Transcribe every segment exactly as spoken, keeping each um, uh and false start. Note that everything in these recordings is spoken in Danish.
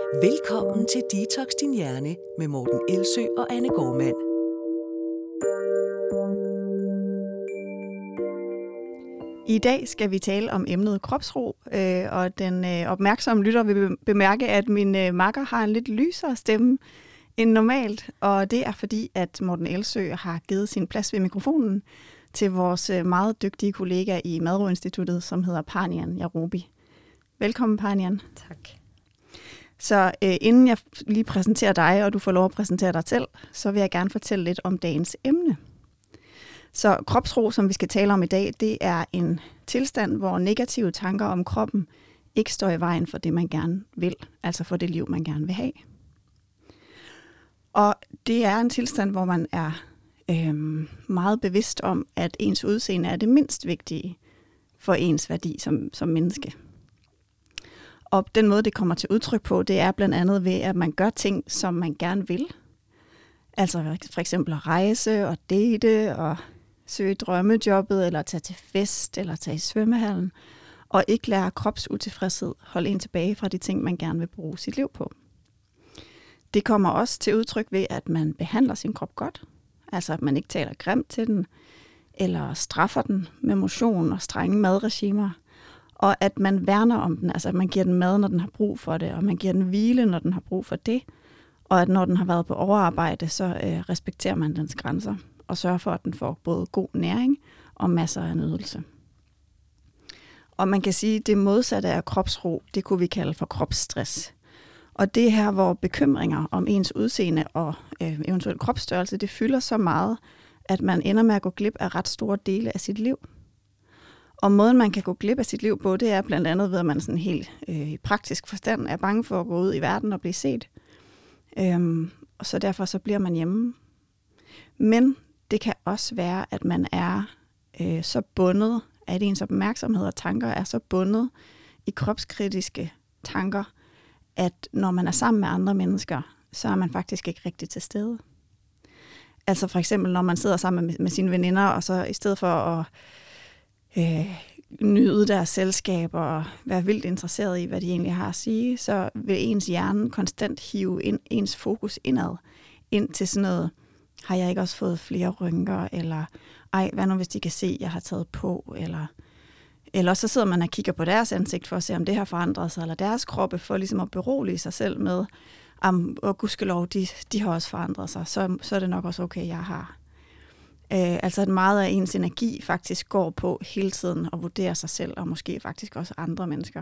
Velkommen til Detox Din Hjerne med Morten Elsø og Anne Gormand. I dag skal vi tale om emnet kropsro, øh, og den øh, opmærksomme lytter vil bemærke, at min øh, makker har en lidt lysere stemme end normalt, og det er fordi, at Morten Elsø har givet sin plads ved mikrofonen til vores øh, meget dygtige kollega i Madro-instituttet, som hedder Panian Jaroubi. Velkommen, Panian. Tak. Så øh, inden jeg lige præsenterer dig, og du får lov at præsentere dig selv, så vil jeg gerne fortælle lidt om dagens emne. Så kropsro, som vi skal tale om i dag, det er en tilstand, hvor negative tanker om kroppen ikke står i vejen for det, man gerne vil, altså for det liv, man gerne vil have. Og det er en tilstand, hvor man er øh, meget bevidst om, at ens udseende er det mindst vigtige for ens værdi som, som menneske. Og den måde, det kommer til udtryk på, det er blandt andet ved, at man gør ting, som man gerne vil. Altså for eksempel at rejse og date og søge drømmejobbet, eller tage til fest, eller tage i svømmehallen, og ikke lade kropsutilfredshed holde en tilbage fra de ting, man gerne vil bruge sit liv på. Det kommer også til udtryk ved, at man behandler sin krop godt, altså at man ikke taler grimt til den, eller straffer den med motion og strenge madregimer, og at man værner om den, altså at man giver den mad, når den har brug for det, og man giver den hvile, når den har brug for det, og at når den har været på overarbejde, så øh, respekterer man dens grænser, og sørger for, at den får både god næring og masser af nydelse. Og man kan sige, at det modsatte af kropsro, det kunne vi kalde for kropsstress. Og det er her, hvor bekymringer om ens udseende og øh, eventuelt kropsstørrelse, det fylder så meget, at man ender med at gå glip af ret store dele af sit liv. Og måden, man kan gå glip af sit liv på, det er blandt andet ved, at man sådan helt øh, i praktisk forstand er bange for at gå ud i verden og blive set. Øhm, og så derfor så bliver man hjemme. Men det kan også være, at man er øh, så bundet, at ens opmærksomhed og tanker er så bundet i kropskritiske tanker, at når man er sammen med andre mennesker, så er man faktisk ikke rigtig til stede. Altså for eksempel, når man sidder sammen med, med sine veninder, og så i stedet for at øh, nyde deres selskab og være vildt interesseret i, hvad de egentlig har at sige, så vil ens hjerne konstant hive ind, ens fokus indad, ind til sådan noget, har jeg ikke også fået flere rynker, eller ej, hvad nu hvis de kan se, at jeg har taget på, eller, eller så sidder man og kigger på deres ansigt for at se, om det har forandret sig, eller deres kroppe, for ligesom at berolige sig selv med, om, og gudskelov, de, de har også forandret sig, så, så er det nok også okay, jeg har. Øh, altså at meget af ens energi faktisk går på hele tiden at vurdere sig selv, og måske faktisk også andre mennesker.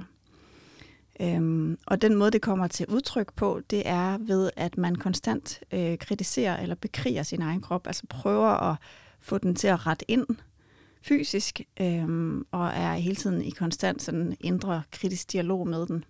Øhm, og den måde, det kommer til udtryk på, det er ved, at man konstant øh, kritiserer eller bekriger sin egen krop, altså prøver at få den til at rette ind fysisk, øhm, og er hele tiden i konstant sådan indre kritisk dialog med den.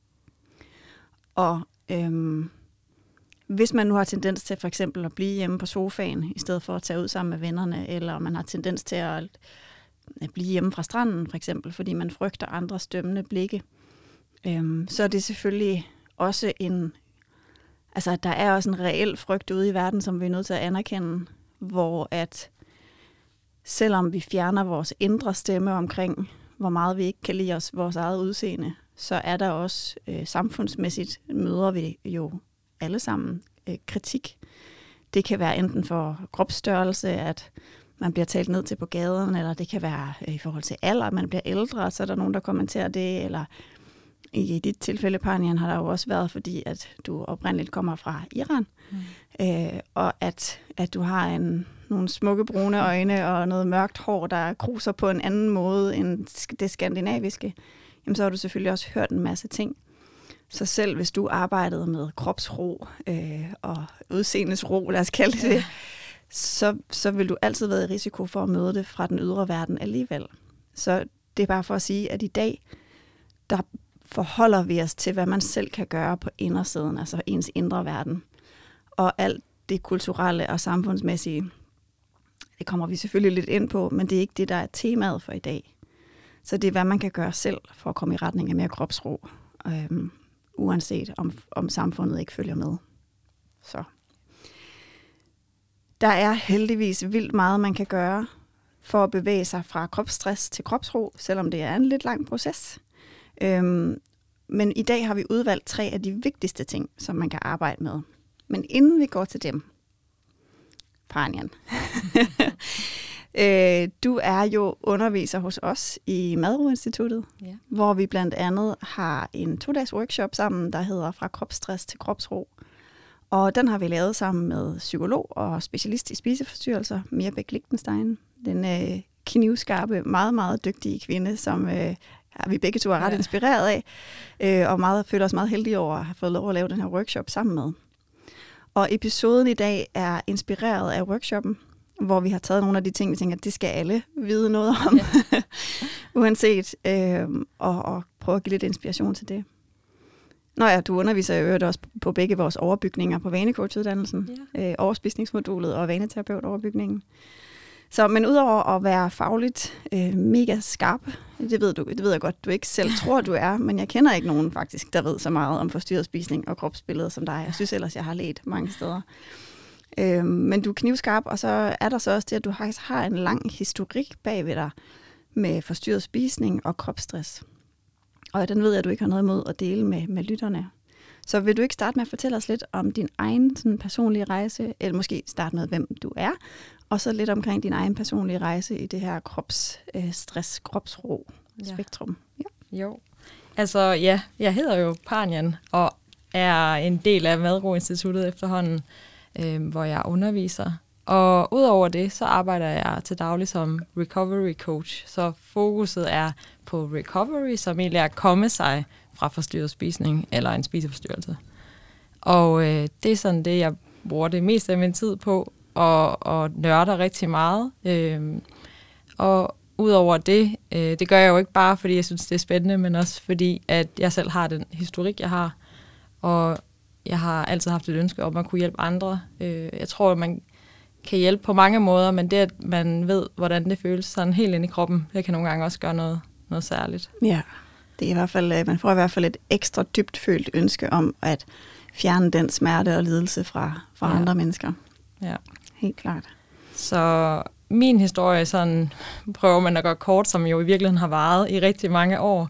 Og øhm, hvis man nu har tendens til for eksempel at blive hjemme på sofaen, i stedet for at tage ud sammen med vennerne, eller man har tendens til at, at blive hjemme fra stranden for eksempel, fordi man frygter andres dømmende blikke, øhm, så er det selvfølgelig også en, altså der er også en reel frygt ude i verden, som vi er nødt til at anerkende, hvor at selvom vi fjerner vores indre stemme omkring, hvor meget vi ikke kan lide os, vores eget udseende, så er der også øh, samfundsmæssigt møder vi jo alle sammen øh, kritik. Det kan være enten for kropsstørrelse, at man bliver talt ned til på gaden, eller det kan være øh, i forhold til alder, at man bliver ældre, så er der nogen, der kommenterer det, eller i dit tilfælde, Panian, har der jo også været, fordi at du oprindeligt kommer fra Iran, mm. øh, og at, at du har en, nogle smukke brune øjne og noget mørkt hår, der kruser på en anden måde end det skandinaviske, jamen så har du selvfølgelig også hørt en masse ting. Så selv hvis du arbejdede med kropsro øh, og udseendes-ro, lad os kalde det, ja. så, så vil du altid være i risiko for at møde det fra den ydre verden alligevel. Så det er bare for at sige, at i dag, der forholder vi os til, hvad man selv kan gøre på indersiden, altså ens indre verden. Og alt det kulturelle og samfundsmæssige, det kommer vi selvfølgelig lidt ind på, men det er ikke det, der er temaet for i dag. Så det er, hvad man kan gøre selv for at komme i retning af mere kropsro, øhm, uanset om, om samfundet ikke følger med. Så. Der er heldigvis vildt meget, man kan gøre for at bevæge sig fra kropsstress til kropsro, selvom det er en lidt lang proces. Øhm, Men i dag har vi udvalgt tre af de vigtigste ting, som man kan arbejde med. Men inden vi går til dem, Panjan, øh, du er jo underviser hos os i Madro-instituttet, ja. Hvor vi blandt andet har en to-dages workshop sammen, der hedder Fra kropsstress til kropsro. Og den har vi lavet sammen med psykolog og specialist i spiseforstyrrelser, Mirbæk Lichtenstein. Den øh, knivskarpe, meget, meget dygtige kvinde, som øh, vi begge to er ret ja. inspireret af, øh, og meget, føler os meget heldige over at have fået lov at lave den her workshop sammen med. Og episoden i dag er inspireret af workshoppen, hvor vi har taget nogle af de ting, vi tænker, at det skal alle vide noget om, ja. uanset, øh, og, og prøve at give lidt inspiration til det. Nå ja, du underviser jo også på begge vores overbygninger på vanecoachuddannelsen, ja. øh, overspisningsmodulet og vaneterapeutoverbygningen. Så, men udover at være fagligt øh, mega skarp, det ved, du, det ved jeg godt, du ikke selv tror, du er, men jeg kender ikke nogen faktisk, der ved så meget om forstyrret spisning og kropsbilleder som dig. Jeg synes ellers, jeg har let mange steder. Øh, men du er knivskarp, og så er der så også det, at du faktisk har en lang historik bag ved dig med forstyrret spisning og kropsstress. Og den ved jeg, at du ikke har noget imod at dele med, med lytterne. Så vil du ikke starte med at fortælle os lidt om din egen sådan, personlige rejse, eller måske starte med, hvem du er, og så lidt omkring din egen personlige rejse i det her kropsstress, kropsro spektrum. Ja. Jo, altså ja, jeg hedder jo Panjan, og er en del af Madro-instituttet efterhånden, øh, hvor jeg underviser. Og udover det, så arbejder jeg til daglig som recovery coach, så fokuset er på recovery, som egentlig er at komme sig fra forstyrret spisning eller en spiseforstyrrelse. Og øh, det er sådan det, jeg bruger det meste af min tid på, og, og nørder rigtig meget. Øh, og udover det, øh, det gør jeg jo ikke bare, fordi jeg synes, det er spændende, men også fordi, at jeg selv har den historik, jeg har. Og jeg har altid haft et ønske om at kunne hjælpe andre. Øh, jeg tror, at man kan hjælpe på mange måder, men det, at man ved, hvordan det føles sådan helt ind i kroppen, det kan nogle gange også gøre noget, noget særligt. Ja, det er i hvert fald, man får i hvert fald et ekstra dybt følt ønske om at fjerne den smerte og lidelse fra, fra ja. andre mennesker. Ja. Helt klart. Så min historie, sådan prøver man at gøre kort, som jo i virkeligheden har varet i rigtig mange år,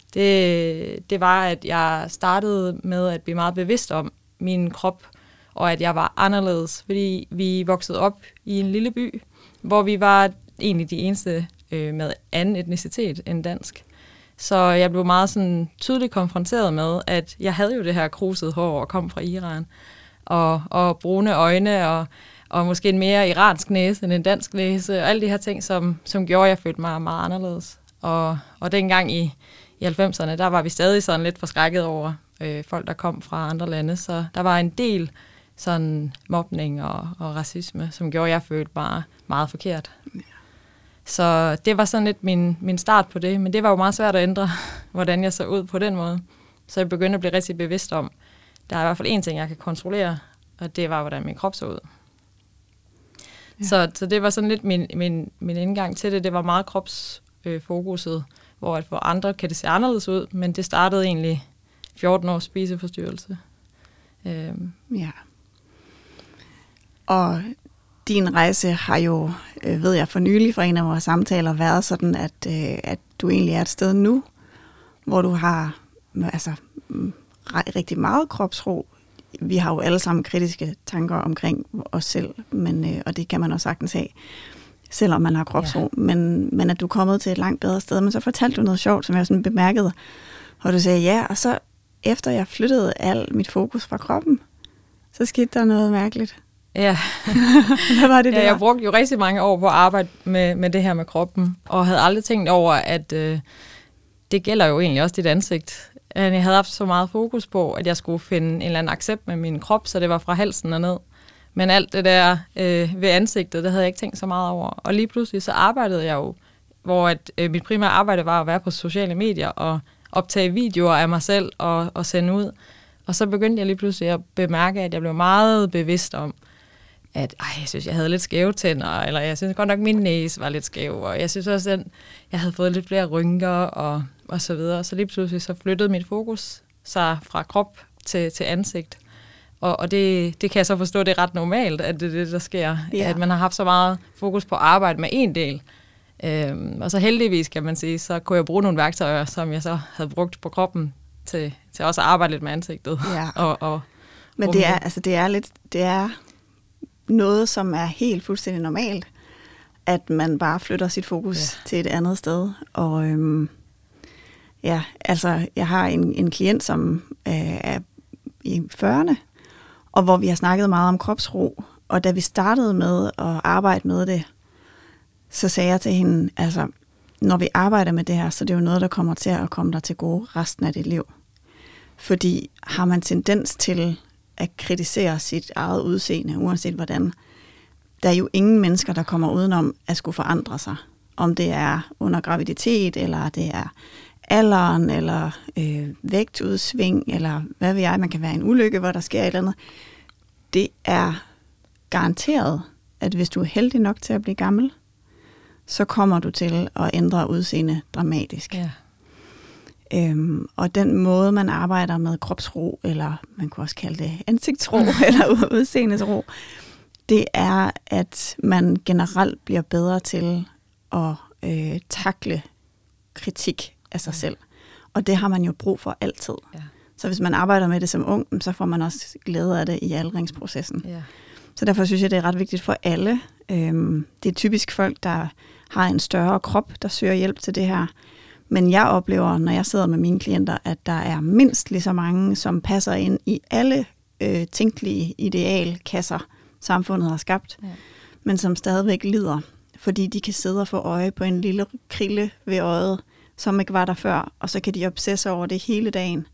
det, det var, at jeg startede med at blive meget bevidst om min krop, og at jeg var anderledes, fordi vi voksede op i en lille by, hvor vi var egentlig de eneste øh, med anden etnicitet end dansk. Så jeg blev meget sådan tydeligt konfronteret med, at jeg havde jo det her krusede hår og kom fra Iran, og, og brune øjne, og, og måske en mere iransk næse end en dansk næse, og alle de her ting, som, som gjorde, at jeg følte mig meget anderledes. Og, og dengang i, i halvfemserne, der var vi stadig sådan lidt forskrækket over øh, folk, der kom fra andre lande, så der var en del sådan mobning og, og racisme, som gjorde, at jeg følte mig meget forkert. Ja. Så det var sådan lidt min, min start på det, men det var jo meget svært at ændre, hvordan jeg så ud på den måde. Så jeg begyndte at blive rigtig bevidst om, der er i hvert fald én ting, jeg kan kontrollere, og det var, hvordan min krop så ud. Ja. Så, så det var sådan lidt min, min, min indgang til det. Det var meget kropsfokuset, øh, hvor at for andre kan det se anderledes ud, men det startede egentlig fjorten års spiseforstyrrelse. Øhm. Ja. Og din rejse har jo, øh, ved jeg for nylig fra en af vores samtaler, været sådan, at, øh, at du egentlig er et sted nu, hvor du har altså, rigtig meget kropsro. Vi har jo alle sammen kritiske tanker omkring os selv, men, øh, og det kan man også sagtens have, selvom man har kropsro. Ja. Men, men at du er kommet til et langt bedre sted. Men så fortalte du noget sjovt, som jeg sådan bemærkede, og du sagde ja, og så efter jeg flyttede al mit fokus fra kroppen, så skete der noget mærkeligt. Ja, Hvad var det, det ja var? jeg brugte jo rigtig mange år på at arbejde med, med det her med kroppen, og havde aldrig tænkt over, at øh, det gælder jo egentlig også dit ansigt. Jeg havde haft så meget fokus på, at jeg skulle finde en eller anden accept med min krop, så det var fra halsen og ned. Men alt det der øh, ved ansigtet, det havde jeg ikke tænkt så meget over. Og lige pludselig så arbejdede jeg jo, hvor at, øh, mit primære arbejde var at være på sociale medier og optage videoer af mig selv og, og sende ud. Og så begyndte jeg lige pludselig at bemærke, at jeg blev meget bevidst om, at ej, jeg synes, jeg havde lidt skæve tænder, eller jeg synes godt nok, min næse var lidt skæv, og jeg synes også, at jeg havde fået lidt flere rynker og, og så videre. Så lige pludselig så flyttede mit fokus sig fra krop til, til ansigt. Og, og det, det kan jeg så forstå, det er ret normalt, at det er det, der sker. Ja. At man har haft så meget fokus på at arbejde med en del. Øhm, og så heldigvis, kan man sige, så kunne jeg bruge nogle værktøjer, som jeg så havde brugt på kroppen til, til også at arbejde lidt med ansigtet. Ja. og, og Men det er, altså, det er lidt, det er noget, som er helt fuldstændig normalt, at man bare flytter sit fokus ja. til et andet sted. Og øhm, ja, altså, jeg har en, en klient, som øh, er i fyrrerne, og hvor vi har snakket meget om kropsro. Og da vi startede med at arbejde med det, så sagde jeg til hende, altså, når vi arbejder med det her, så det er jo noget, der kommer til at komme dig til gode resten af dit liv. Fordi har man tendens til at kritisere sit eget udseende, uanset hvordan, der er jo ingen mennesker, der kommer udenom at skulle forandre sig. Om det er under graviditet, eller det er alderen, eller øh, vægtudsving, eller hvad ved jeg, man kan være i en ulykke, hvor der sker et eller andet. Det er garanteret, at hvis du er heldig nok til at blive gammel, så kommer du til at ændre udseende dramatisk. Ja. Øhm, og den måde, man arbejder med kropsro, eller man kunne også kalde det ansigtsro, eller udseendesro, det er, at man generelt bliver bedre til at øh, takle kritik af sig ja. selv. Og det har man jo brug for altid. Ja. Så hvis man arbejder med det som ung, så får man også glæde af det i aldringsprocessen. Ja. Så derfor synes jeg, det er ret vigtigt for alle. Øhm, det er typisk folk, der har en større krop, der søger hjælp til det her. Men jeg oplever, når jeg sidder med mine klienter, at der er mindst lige så mange, som passer ind i alle øh, tænkelige idealkasser, samfundet har skabt, ja. men som stadigvæk lider, fordi de kan sidde og få øje på en lille krille ved øjet, som ikke var der før, og så kan de obsesse over det hele dagen.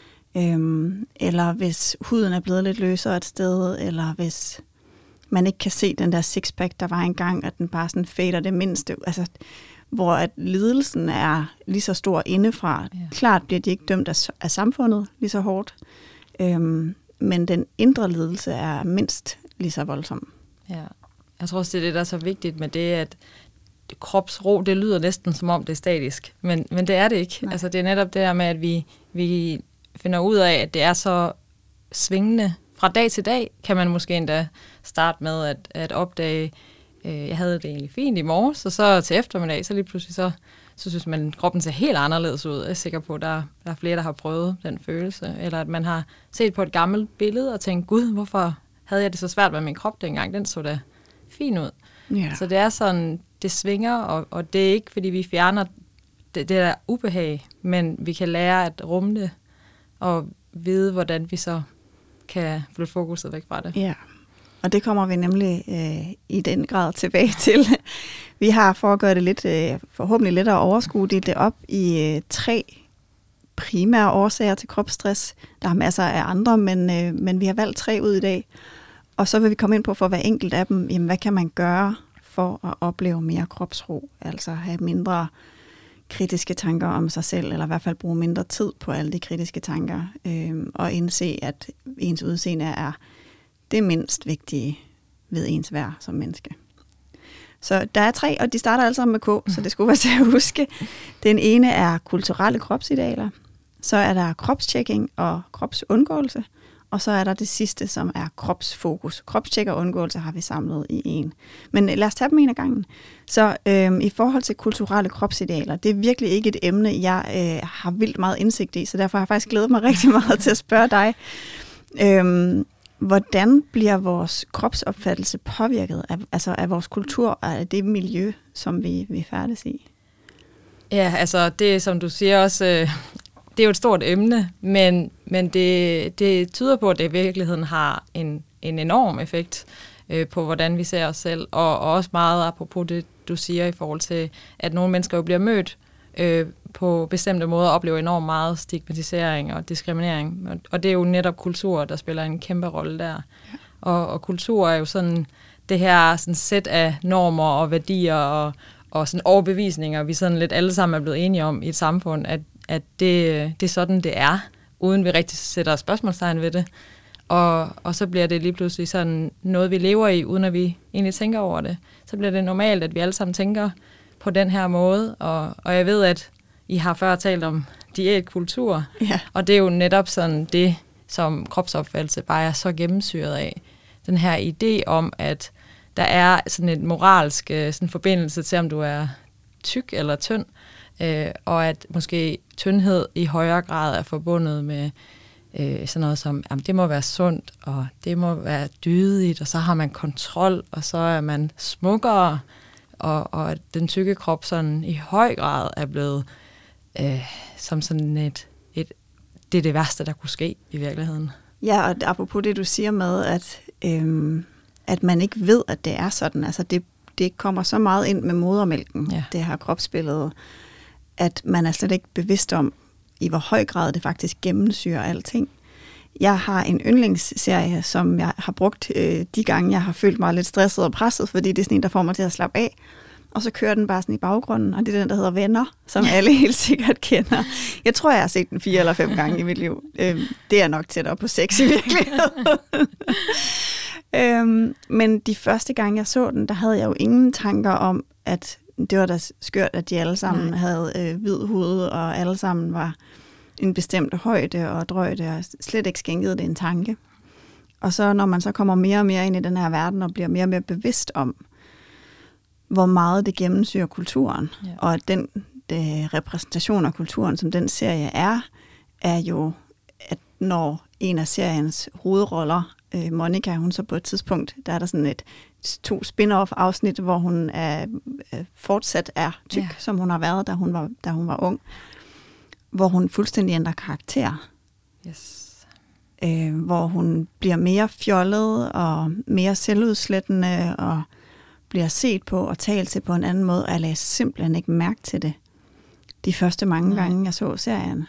Øhm, eller hvis huden er blevet lidt løsere et sted, eller hvis man ikke kan se den der sixpack, der var engang, at den bare sådan fader det mindste, altså hvor at lidelsen er lige så stor indefra. Ja. Klart bliver de ikke dømt af, af samfundet lige så hårdt, øhm, men den indre lidelse er mindst lige så voldsom. Ja, jeg tror også, det er det, der er så vigtigt med det, at kropsro, det lyder næsten som om det er statisk, men, men det er det ikke. Nej. Altså det er netop det der med, at vi, vi finder ud af, at det er så svingende. Fra dag til dag kan man måske endda starte med at, at opdage, øh, jeg havde det egentlig fint i morges, og så til eftermiddag, så lige pludselig så, så synes man, at kroppen ser helt anderledes ud. Jeg er sikker på, at der, der er flere, der har prøvet den følelse. Eller at man har set på et gammelt billede og tænkt, gud, hvorfor havde jeg det så svært med min krop dengang? Den så da fin ud. Yeah. Så det er sådan, det svinger, og, og det er ikke, fordi vi fjerner det, det der ubehag, men vi kan lære at rumme det, og vide, hvordan vi så kan flytte fokuset væk fra det. Ja, og det kommer vi nemlig øh, i den grad tilbage til. Vi har for at gøre det lidt, øh, forhåbentlig lettere at overskue, delt det op i øh, tre primære årsager til kropsstress. Der er masser af andre, men, øh, men vi har valgt tre ud i dag. Og så vil vi komme ind på for hver enkelt af dem, jamen, hvad kan man gøre for at opleve mere kropsro, altså have mindre kritiske tanker om sig selv, eller i hvert fald bruge mindre tid på alle de kritiske tanker, øh, og indse, at ens udseende er det mindst vigtige ved ens værd som menneske. Så der er tre, og de starter alle sammen med K, så det skulle være til at huske. Den ene er kulturelle kropsidealer, så er der kropstjekking og kropsundgåelse, og så er der det sidste, som er kropsfokus. Kropstjek og undgåelse har vi samlet i en. Men lad os tage dem en af gangen. Så øhm, i forhold til kulturelle kropsidealer, det er virkelig ikke et emne, jeg øh, har vildt meget indsigt i, så derfor har jeg faktisk glædet mig rigtig meget til at spørge dig. Øhm, hvordan bliver vores kropsopfattelse påvirket af, altså af vores kultur og af det miljø, som vi, vi færdes i? Ja, altså det som du siger også... Øh Det er jo et stort emne, men, men det, det tyder på, at det i virkeligheden har en, en enorm effekt øh, på, hvordan vi ser os selv, og, og også meget apropos det, du siger i forhold til, at nogle mennesker jo bliver mødt øh, på bestemte måder og oplever enormt meget stigmatisering og diskriminering, og, og det er jo netop kultur, der spiller en kæmpe rolle der. Ja. Og, og kultur er jo sådan det her sådan sæt af normer og værdier og, og sådan overbevisninger, vi sådan lidt alle sammen er blevet enige om i et samfund, at at det, det er sådan, det er, uden vi rigtig sætter spørgsmålstegn ved det. Og, og så bliver det lige pludselig sådan noget, vi lever i, uden at vi egentlig tænker over det. Så bliver det normalt, at vi alle sammen tænker på den her måde. Og, og jeg ved, at I har før talt om diætkultur, ja. Og det er jo netop sådan det, som kropsopfattelse bare er så gennemsyret af. Den her idé om, at der er sådan en moralsk sådan forbindelse til, om du er tyk eller tynd. øh, og at måske tyndhed i højere grad er forbundet med øh, sådan noget som, jamen, det må være sundt, og det må være dydigt, og så har man kontrol, og så er man smukkere, og, og at den tykke krop sådan i høj grad er blevet øh, som sådan et, et, det er det værste, der kunne ske i virkeligheden. Ja, og apropos det, du siger med, at, øhm, at man ikke ved, at det er sådan, altså det, det kommer så meget ind med modermælken, ja. Det her kropsbillede, at man er slet ikke bevidst om, i hvor høj grad det faktisk gennemsyrer alting. Jeg har en yndlingsserie, som jeg har brugt øh, de gange, jeg har følt mig lidt stresset og presset, fordi det er sådan en, der får mig til at slappe af. Og så kører den bare sådan i baggrunden, og det er den, der hedder Venner, som alle helt sikkert kender. Jeg tror, jeg har set den fire eller fem gange i mit liv. Øhm, det er nok tættere på seks i virkeligheden. øhm, men de første gange, jeg så den, der havde jeg jo ingen tanker om, at det var da skørt, at de alle sammen Nej. havde øh, hvid hud, og alle sammen var en bestemt højde og drøjde, og slet ikke skænkede det en tanke. Og så når man så kommer mere og mere ind i den her verden, og bliver mere og mere bevidst om, hvor meget det gennemsyrer kulturen, ja. Og at den det, repræsentation af kulturen, som den serie er, er jo, at når en af seriens hovedroller, øh, Monica, hun så på et tidspunkt, der er der sådan et to spin-off-afsnit, hvor hun er, øh, fortsat er tyk, ja. Som hun har været, da hun var, da hun var ung, hvor hun fuldstændig ændrer karakter. Yes. Øh, hvor hun bliver mere fjollet og mere selvudslættende og bliver set på og talt til på en anden måde, og jeg lagde simpelthen ikke mærke til det de første mange Nej. gange, jeg så serien.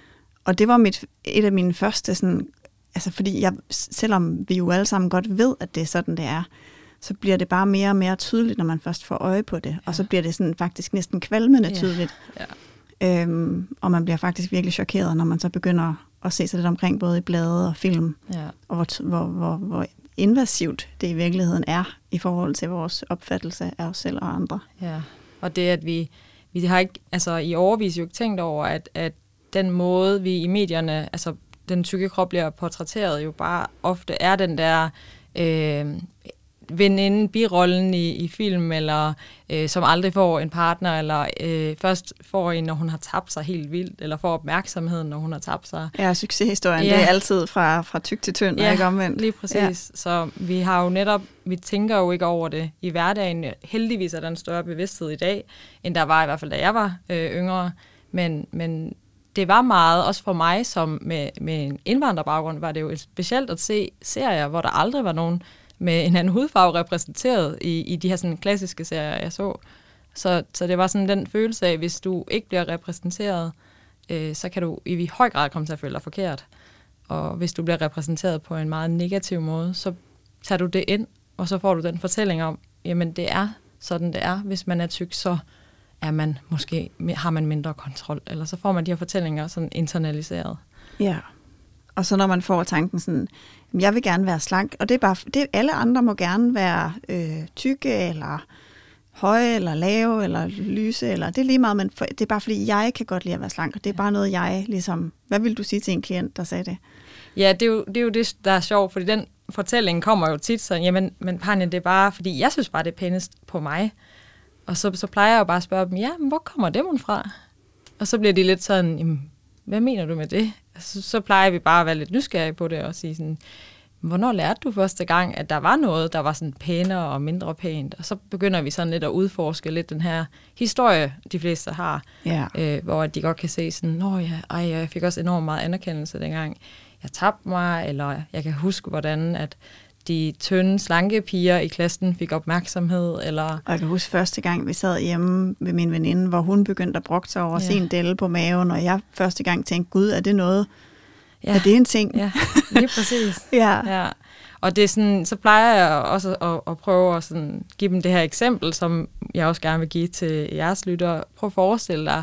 Og det var mit, et af mine første, sådan, altså fordi jeg, selvom vi jo alle sammen godt ved, at det er sådan, det er, så bliver det bare mere og mere tydeligt, når man først får øje på det. Ja. Og så bliver det sådan faktisk næsten kvalmende tydeligt. Ja. Ja. Øhm, og man bliver faktisk virkelig chokeret, når man så begynder at se sig lidt omkring, både i blade og film, ja. Og hvor, hvor, hvor, hvor invasivt det i virkeligheden er i forhold til vores opfattelse af os selv og andre. Ja, og det at vi, vi har ikke, altså i årevis jo ikke tænkt over, at, at den måde vi i medierne, altså den tykke krop bliver portrætteret jo bare ofte er den der øh, veninde, birollen i, i film, eller øh, som aldrig får en partner, eller øh, først får en, når hun har tabt sig helt vildt, eller får opmærksomheden, når hun har tabt sig. Ja, succeshistorien, ja. Det er altid fra, fra tyk til tynd, ja, og ikke omvendt. Lige præcis. Ja. Så vi har jo netop, vi tænker jo ikke over det i hverdagen. Heldigvis er der en større bevidsthed i dag, end der var i hvert fald, da jeg var øh, yngre. Men, men det var meget, også for mig, som med, med en indvandrerbaggrund, var det jo specielt at se serier, hvor der aldrig var nogen med en anden hudfarve repræsenteret i, i de her sådan klassiske serier, jeg så. så. Så det var sådan den følelse af, hvis du ikke bliver repræsenteret, øh, så kan du i høj grad komme til at føle dig forkert. Og hvis du bliver repræsenteret på en meget negativ måde, så tager du det ind, og så får du den fortælling om, jamen det er sådan, det er. Hvis man er tyk, så er man måske, har man mindre kontrol, eller så får man de her fortællinger sådan internaliseret. Ja. Og så når man får tanken sådan, jeg vil gerne være slank, og det er bare, det, alle andre må gerne være øh, tykke, eller høje, eller lave, eller lyse, eller det er lige meget, men for, det er bare fordi, jeg kan godt lide at være slank, og det er bare noget, jeg ligesom, hvad vil du sige til en klient, der sagde det? Ja, det er jo det, er jo det der er sjovt, fordi den fortælling kommer jo tit sådan, jamen, men Panja, det er bare, fordi jeg synes bare, det er pænest på mig. Og så, så plejer jeg jo bare at spørge dem, ja, men hvor kommer det mon fra? Og så bliver de lidt sådan, jamen, hvad mener du med det? Så, så plejer vi bare at være lidt nysgerrige på det og sige sådan, hvornår lærte du første gang, at der var noget, der var sådan pænere og mindre pænt? Og så begynder vi sådan lidt at udforske lidt den her historie, de fleste har, yeah. øh, hvor de godt kan se sådan, nå ja, ej, jeg fik også enormt meget anerkendelse dengang jeg tabte mig, eller jeg kan huske, hvordan at de tynde, slanke piger i klassen fik opmærksomhed. Eller og jeg kan huske første gang, vi sad hjemme ved min veninde, hvor hun begyndte at brokke sig over ja. sin delle på maven, og jeg første gang tænkte, gud, er det noget? Ja. Er det en ting? Ja, lige præcis. ja. ja. Og det er sådan, så plejer jeg også at, at prøve at sådan give dem det her eksempel, som jeg også gerne vil give til jeres lyttere. Prøv at forestille dig,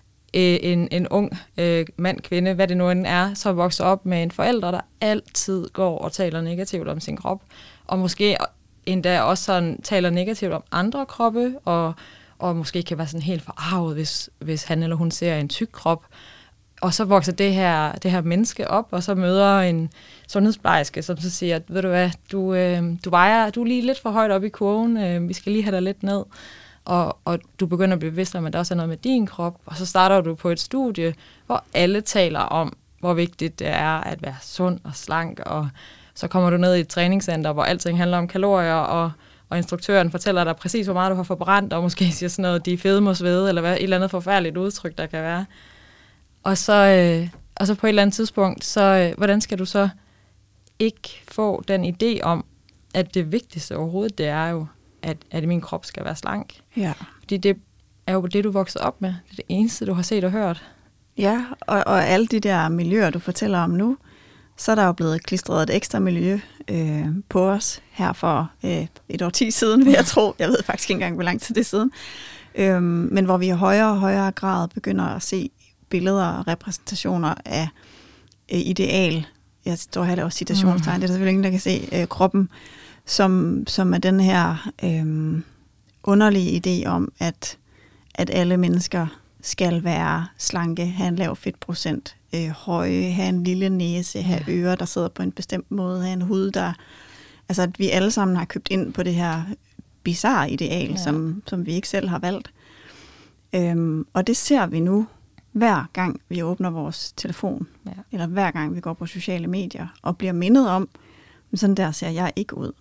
En, en ung øh, mand, kvinde, hvad det nu end er, så vokser op med en forælder, der altid går og taler negativt om sin krop, og måske endda også sådan, taler negativt om andre kroppe, og, og måske kan være sådan helt forarvet, hvis, hvis han eller hun ser en tyk krop. Og så vokser det her, det her menneske op, og så møder en sundhedsplejerske, som så siger, ved du hvad, du, øh, du vejer, du er lige lidt for højt op i kurven, øh, vi skal lige have dig lidt ned. og, og du begynder at blive bevidst om, at der også er noget med din krop, og så starter du på et studie, hvor alle taler om, hvor vigtigt det er at være sund og slank, og så kommer du ned i et træningscenter, hvor alting handler om kalorier, og, og instruktøren fortæller dig præcis, hvor meget du har forbrændt, og måske siger sådan noget, de er fede må svede, eller hvad, et eller andet forfærdeligt udtryk, der kan være. Og så, øh, og så på et eller andet tidspunkt, så øh, hvordan skal du så ikke få den idé om, at det vigtigste overhovedet, det er jo, at, at min krop skal være slank. Ja. Fordi det er jo det, du voksede op med. Det er det eneste, du har set og hørt. Ja, og, og alle de der miljøer, du fortæller om nu, så er der jo blevet klistret et ekstra miljø øh, på os her for øh, et årti siden, vil jeg tro. Jeg ved faktisk ikke engang, hvor lang tid det er siden. Øhm, men hvor vi i højere og højere grad begynder at se billeder og repræsentationer af øh, ideal. Jeg står her også citationstegn, mm. det er der selvfølgelig ingen, der kan se øh, kroppen, som, som er den her øh, underlige idé om, at, at alle mennesker skal være slanke, have en lav fedtprocent, øh, høje, have en lille næse, have ører, der sidder på en bestemt måde, have en hud, der... Altså, at vi alle sammen har købt ind på det her bizarre ideal, ja. som, som vi ikke selv har valgt. Øhm, og det ser vi nu, hver gang vi åbner vores telefon, ja. eller hver gang vi går på sociale medier, og bliver mindet om, sådan der ser jeg ikke ud.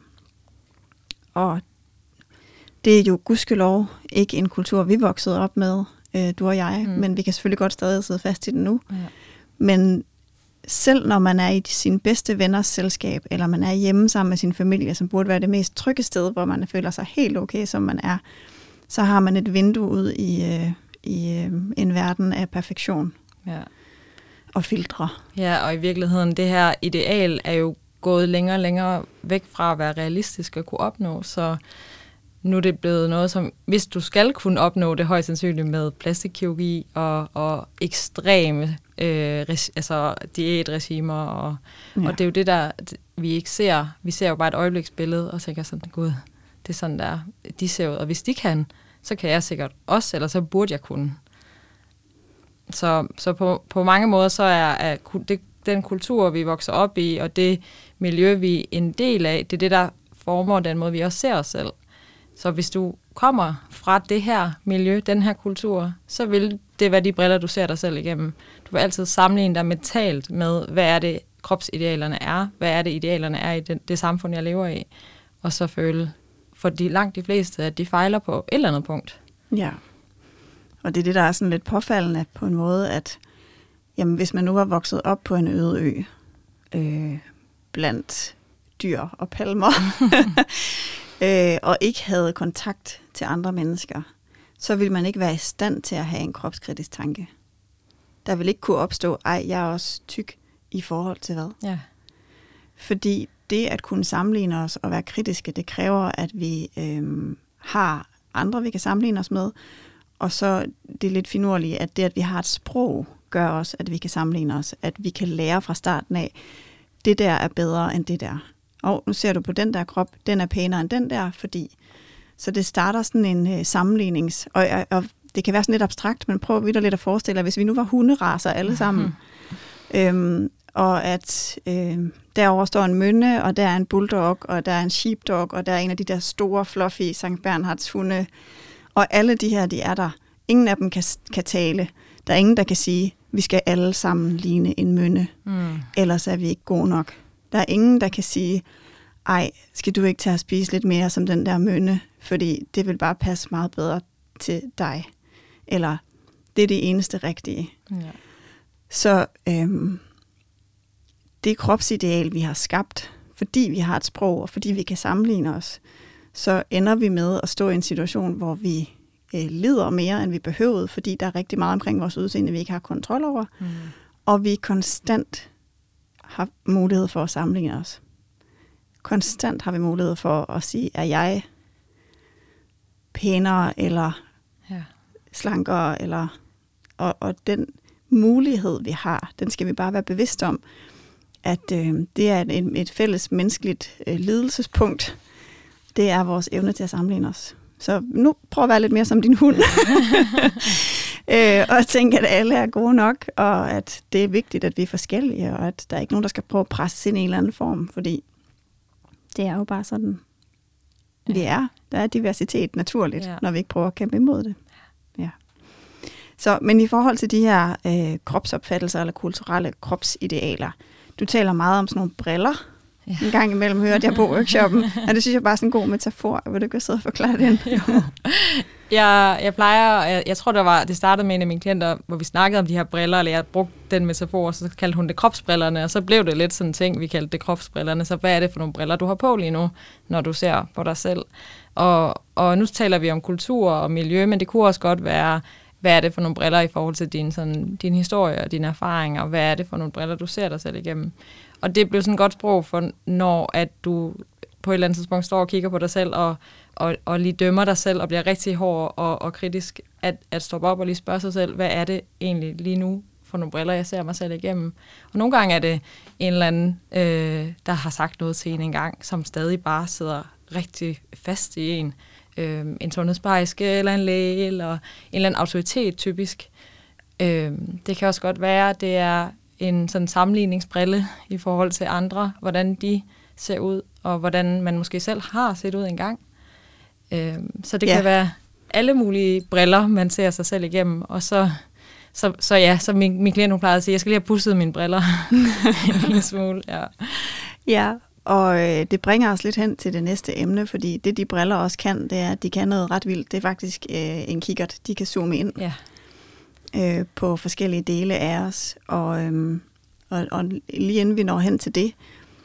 Og det er jo gudskelov ikke en kultur, vi voksede op med, øh, du og jeg, mm. men vi kan selvfølgelig godt stadig sidde fast i den nu. Ja. Men selv når man er i sin bedste venners selskab, eller man er hjemme sammen med sin familie, som burde være det mest trygge sted, hvor man føler sig helt okay, som man er, så har man et vindue ud i, øh, i øh, en verden af perfektion ja. og filtre. Ja, og i virkeligheden, det her ideal er jo gået længere og længere væk fra at være realistisk at kunne opnå, så nu er det blevet noget, som, hvis du skal kunne opnå det højst sandsynligt med plastikkirurgi og, og ekstreme øh, res, altså diætregimer, og, ja. og det er jo det, der vi ikke ser. Vi ser jo bare et øjebliksbillede og tænker sådan, gud, det er sådan der, de ser ud, og hvis de kan, så kan jeg sikkert også, eller så burde jeg kunne. Så, så på, på mange måder, så er, er det, den kultur, vi vokser op i, og det miljø, vi er en del af, det er det, der former den måde, vi også ser os selv. Så hvis du kommer fra det her miljø, den her kultur, så vil det være de briller, du ser dig selv igennem. Du vil altid sammenligne dig mentalt med, hvad er det, kropsidealerne er, hvad er det, idealerne er i det, det samfund, jeg lever i, og så føle, for de langt de fleste, at de fejler på et eller andet punkt. Ja, og det er det, der er sådan lidt påfaldende på en måde, at jamen, hvis man nu var vokset op på en øde ø, øh, blandt dyr og palmer, øh, og ikke havde kontakt til andre mennesker, så ville man ikke være i stand til at have en kropskritisk tanke. Der vil ikke kunne opstå, ej, jeg er også tyk i forhold til hvad. Ja. Fordi det at kunne sammenligne os og være kritiske, det kræver, at vi øh, har andre, vi kan sammenligne os med, og så det er lidt finurlige, at det, at vi har et sprog, gør også, at vi kan sammenligne os, at vi kan lære fra starten af, det der er bedre end det der. Og nu ser du på den der krop, den er pænere end den der, fordi... Så det starter sådan en øh, sammenlignings... Og, og, og det kan være sådan lidt abstrakt, men prøv videre lidt at forestille dig, hvis vi nu var hunderacer alle sammen, mm-hmm. øhm, og at øh, derovre står en mønne, og der er en bulldog, og der er en sheepdog, og der er en af de der store, fluffy Sankt Bernhards hunde, og alle de her, de er der. Ingen af dem kan, kan tale. Der er ingen, der kan sige, vi skal alle sammen ligne en mønne, mm. ellers er vi ikke gode nok. Der er ingen, der kan sige, ej, skal du ikke tage at spise lidt mere som den der mønne, fordi det vil bare passe meget bedre til dig. Eller, det er det eneste rigtige. Ja. Så øhm, det kropsideal, vi har skabt, fordi vi har et sprog, og fordi vi kan sammenligne os, så ender vi med at stå i en situation, hvor vi øh, lider mere, end vi behøvede, fordi der er rigtig meget omkring vores udseende, vi ikke har kontrol over, mm. og vi konstant har mulighed for at sammenligne os. Konstant har vi mulighed for at sige, er jeg pænere, eller ja. slankere, eller, og, og den mulighed, vi har, den skal vi bare være bevidst om, at øh, det er et, et fælles menneskeligt øh, lidelsespunkt. Det er vores evne til at sammenligne os. Så nu prøv at være lidt mere som din hund. øh, og tænke, at alle er gode nok, og at det er vigtigt, at vi er forskellige, og at der er ikke nogen, der skal prøve at presse ind i en eller anden form, fordi det er jo bare sådan. Vi er. Der er diversitet naturligt, ja. når vi ikke prøver at kæmpe imod det. Ja. Så, men i forhold til de her øh, kropsopfattelser eller kulturelle kropsidealer, du taler meget om sådan nogle briller. Ja. En gang imellem hørte jeg på workshoppen, og det synes jeg bare er sådan en god metafor. Vil du ikke sidde og forklare den? Jo. Jeg, jeg plejer, jeg, jeg tror det var, det startede med en af mine klienter, hvor vi snakkede om de her briller, eller jeg brugte den metafor, og så kaldte hun det kropsbrillerne, og så blev det lidt sådan en ting, vi kaldte det kropsbrillerne. Så hvad er det for nogle briller, du har på lige nu, når du ser på dig selv? Og, og nu taler vi om kultur og miljø, men det kunne også godt være, hvad er det for nogle briller i forhold til din, sådan, din historie og dine erfaringer, og hvad er det for nogle briller, du ser dig selv igennem? Og det blev sådan et godt sprog for, når at du på et eller andet tidspunkt står og kigger på dig selv, og, og, og lige dømmer dig selv, og bliver rigtig hård og, og kritisk, at, at stoppe op og lige spørge sig selv, hvad er det egentlig lige nu for nogle briller, jeg ser mig selv igennem? Og nogle gange er det en eller anden, øh, der har sagt noget til en engang, som stadig bare sidder rigtig fast i en. Øh, en sundhedsplejerske, eller en læge, eller en eller anden autoritet, typisk. Øh, det kan også godt være, at det er en sådan sammenligningsbrille i forhold til andre, hvordan de ser ud, og hvordan man måske selv har set ud engang. Øh, så det ja. kan være alle mulige briller, man ser sig selv igennem, og så, så, så ja, så min, min klient, hun plejede at sige, jeg skal lige have pudset mine briller en lille smule. Ja, ja. Og øh, det bringer os lidt hen til det næste emne, fordi det, de briller også kan, det er, at de kan noget ret vildt. Det er faktisk øh, en kikkert, de kan zoome ind ja. øh, på forskellige dele af os. Og, øh, og, og lige inden vi når hen til det,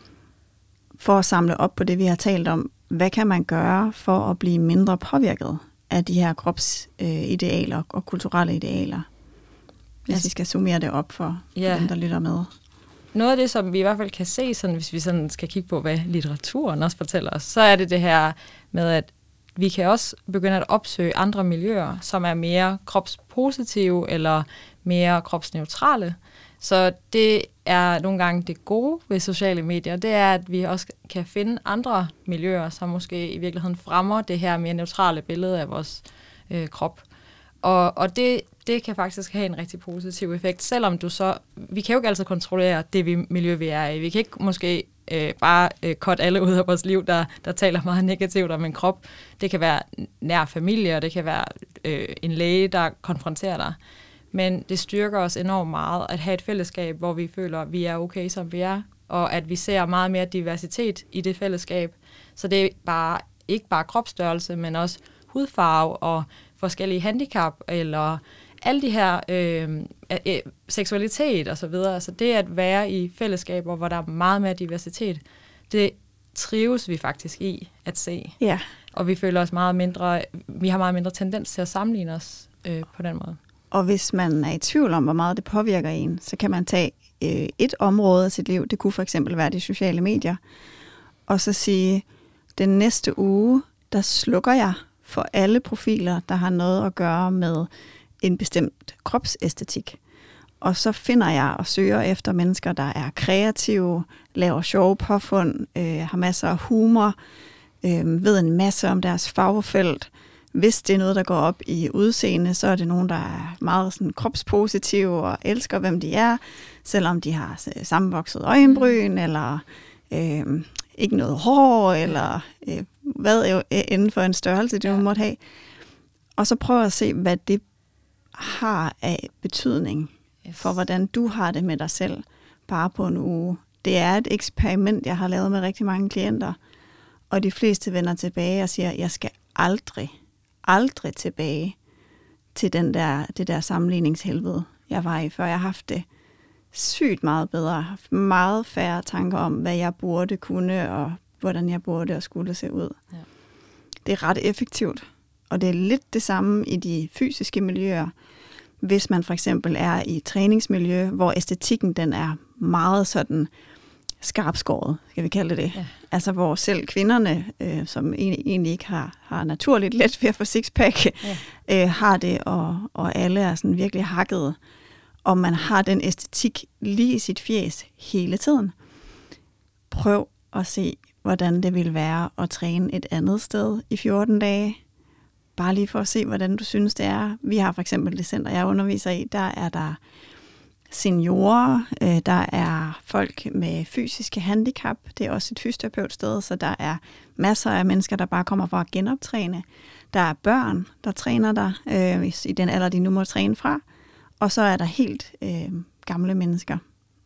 for at samle op på det, vi har talt om, hvad kan man gøre for at blive mindre påvirket af de her kropsidealer øh, og kulturelle idealer, hvis yes. vi skal summere det op for, ja. for dem, der lytter med. Noget af det, som vi i hvert fald kan se, sådan, hvis vi sådan skal kigge på, hvad litteraturen også fortæller os, så er det det her med, at vi kan også begynde at opsøge andre miljøer, som er mere kropspositive eller mere kropsneutrale. Så det er nogle gange det gode ved sociale medier, det er, at vi også kan finde andre miljøer, som måske i virkeligheden fremmer det her mere neutrale billede af vores øh, krop. Og, og det, det kan faktisk have en rigtig positiv effekt, selvom du så, vi kan jo ikke altid kontrollere det vi, miljø, vi er i. Vi kan ikke måske øh, bare øh, cutte alle ud af vores liv, der, der taler meget negativt om en krop. Det kan være nær familie, og det kan være øh, en læge, der konfronterer dig. Men det styrker os enormt meget at have et fællesskab, hvor vi føler, at vi er okay, som vi er, og at vi ser meget mere diversitet i det fællesskab. Så det er bare, ikke bare kropsstørrelse, men også hudfarve og forskellige handicap, eller alle de her øh, øh, seksualitet og så videre. Altså det at være i fællesskaber, hvor der er meget mere diversitet, det trives vi faktisk i at se. Ja. Og vi føler os meget mindre, vi har meget mindre tendens til at sammenligne os øh, på den måde. Og hvis man er i tvivl om, hvor meget det påvirker en, så kan man tage øh, et område af sit liv, det kunne for eksempel være de sociale medier, og så sige, den næste uge, der slukker jeg for alle profiler, der har noget at gøre med en bestemt kropsæstetik. Og så finder jeg og søger efter mennesker, der er kreative, laver sjove påfund, øh, har masser af humor, øh, ved en masse om deres fagfelt. Hvis det er noget, der går op i udseende, så er det nogen, der er meget sådan kropspositive og elsker, hvem de er, selvom de har sammenvokset øjenbryn, mm. eller øh, ikke noget hår, eller øh, hvad inden for en størrelse, det ja. måtte have. Og så prøv at se, hvad det har af betydning yes. for, hvordan du har det med dig selv, bare på en uge. Det er et eksperiment, jeg har lavet med rigtig mange klienter, og de fleste vender tilbage og siger, jeg skal aldrig, aldrig tilbage til den der, det der sammenligningshelvede, jeg var i, før jeg har haft det sygt meget bedre. Jeg har haft meget færre tanker om, hvad jeg burde kunne, og hvordan jeg burde og skulle se ud. Ja. Det er ret effektivt, og det er lidt det samme i de fysiske miljøer. Hvis man for eksempel er i et træningsmiljø, hvor æstetikken den er meget sådan skarpskåret, skal vi kalde det. Ja. Altså hvor selv kvinderne, øh, som egentlig ikke har, har naturligt let ved at få sixpack, ja. øh, har det, og, og alle er sådan virkelig hakket, og man har den æstetik lige i sit fjes hele tiden. Prøv at se, hvordan det vil være at træne et andet sted i fjorten dage. Bare lige for at se, hvordan du synes, det er. Vi har for eksempel det center, jeg underviser i, der er der seniorer, øh, der er folk med fysiske handicap. Det er også et fysioterapeutsted, så der er masser af mennesker, der bare kommer for at genoptræne. Der er børn, der træner dig øh, i den alder, de nu må træne fra. Og så er der helt øh, gamle mennesker.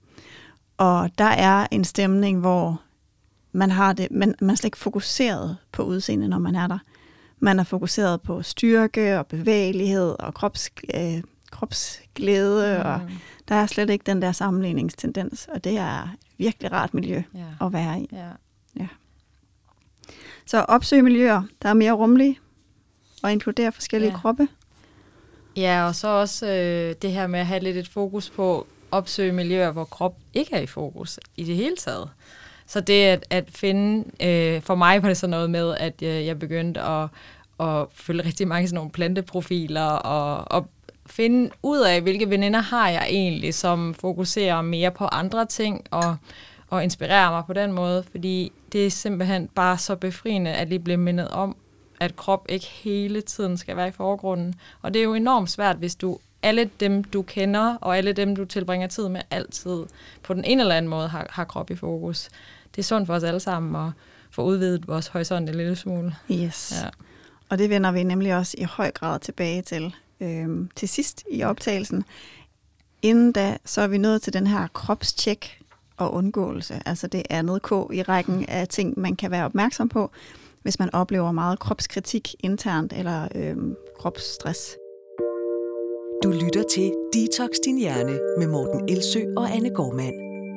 Og der er en stemning, hvor man har det, man, man er slet ikke fokuseret på udseende, når man er der. Man er fokuseret på styrke og bevægelighed og krops, øh, kropsglæde, mm. og der er slet ikke den der sammenligningstendens, og det er et virkelig rart miljø yeah. at være i. Yeah. Ja. Så opsøg miljøer, der er mere rummelige og inkluderer forskellige yeah. kroppe. Ja, og så også øh, det her med at have lidt et fokus på opsøge miljøer, hvor krop ikke er i fokus i det hele taget. Så det at, at finde, øh, for mig var det sådan noget med, at øh, jeg begyndte at, at følge rigtig mange sådan nogle planteprofiler, og, og finde ud af, hvilke veninder har jeg egentlig, som fokuserer mere på andre ting, og, og inspirerer mig på den måde, fordi det er simpelthen bare så befriende, at lige blive mindet om, at krop ikke hele tiden skal være i forgrunden. Og det er jo enormt svært, hvis du alle dem, du kender, og alle dem, du tilbringer tid med, altid på den ene eller anden måde har, har krop i fokus. Det er sundt for os alle sammen at få udvidet vores horisont en lille smule. Yes. Ja. Og det vender vi nemlig også i høj grad tilbage til øhm, til sidst i optagelsen. Inden da, så er vi nået til den her kropstjek og undgåelse. Altså det andet K i rækken af ting, man kan være opmærksom på, hvis man oplever meget kropskritik internt eller øhm, kropsstress. Du lytter til Detox Din Hjerne med Morten Elsø og Anne Gormand.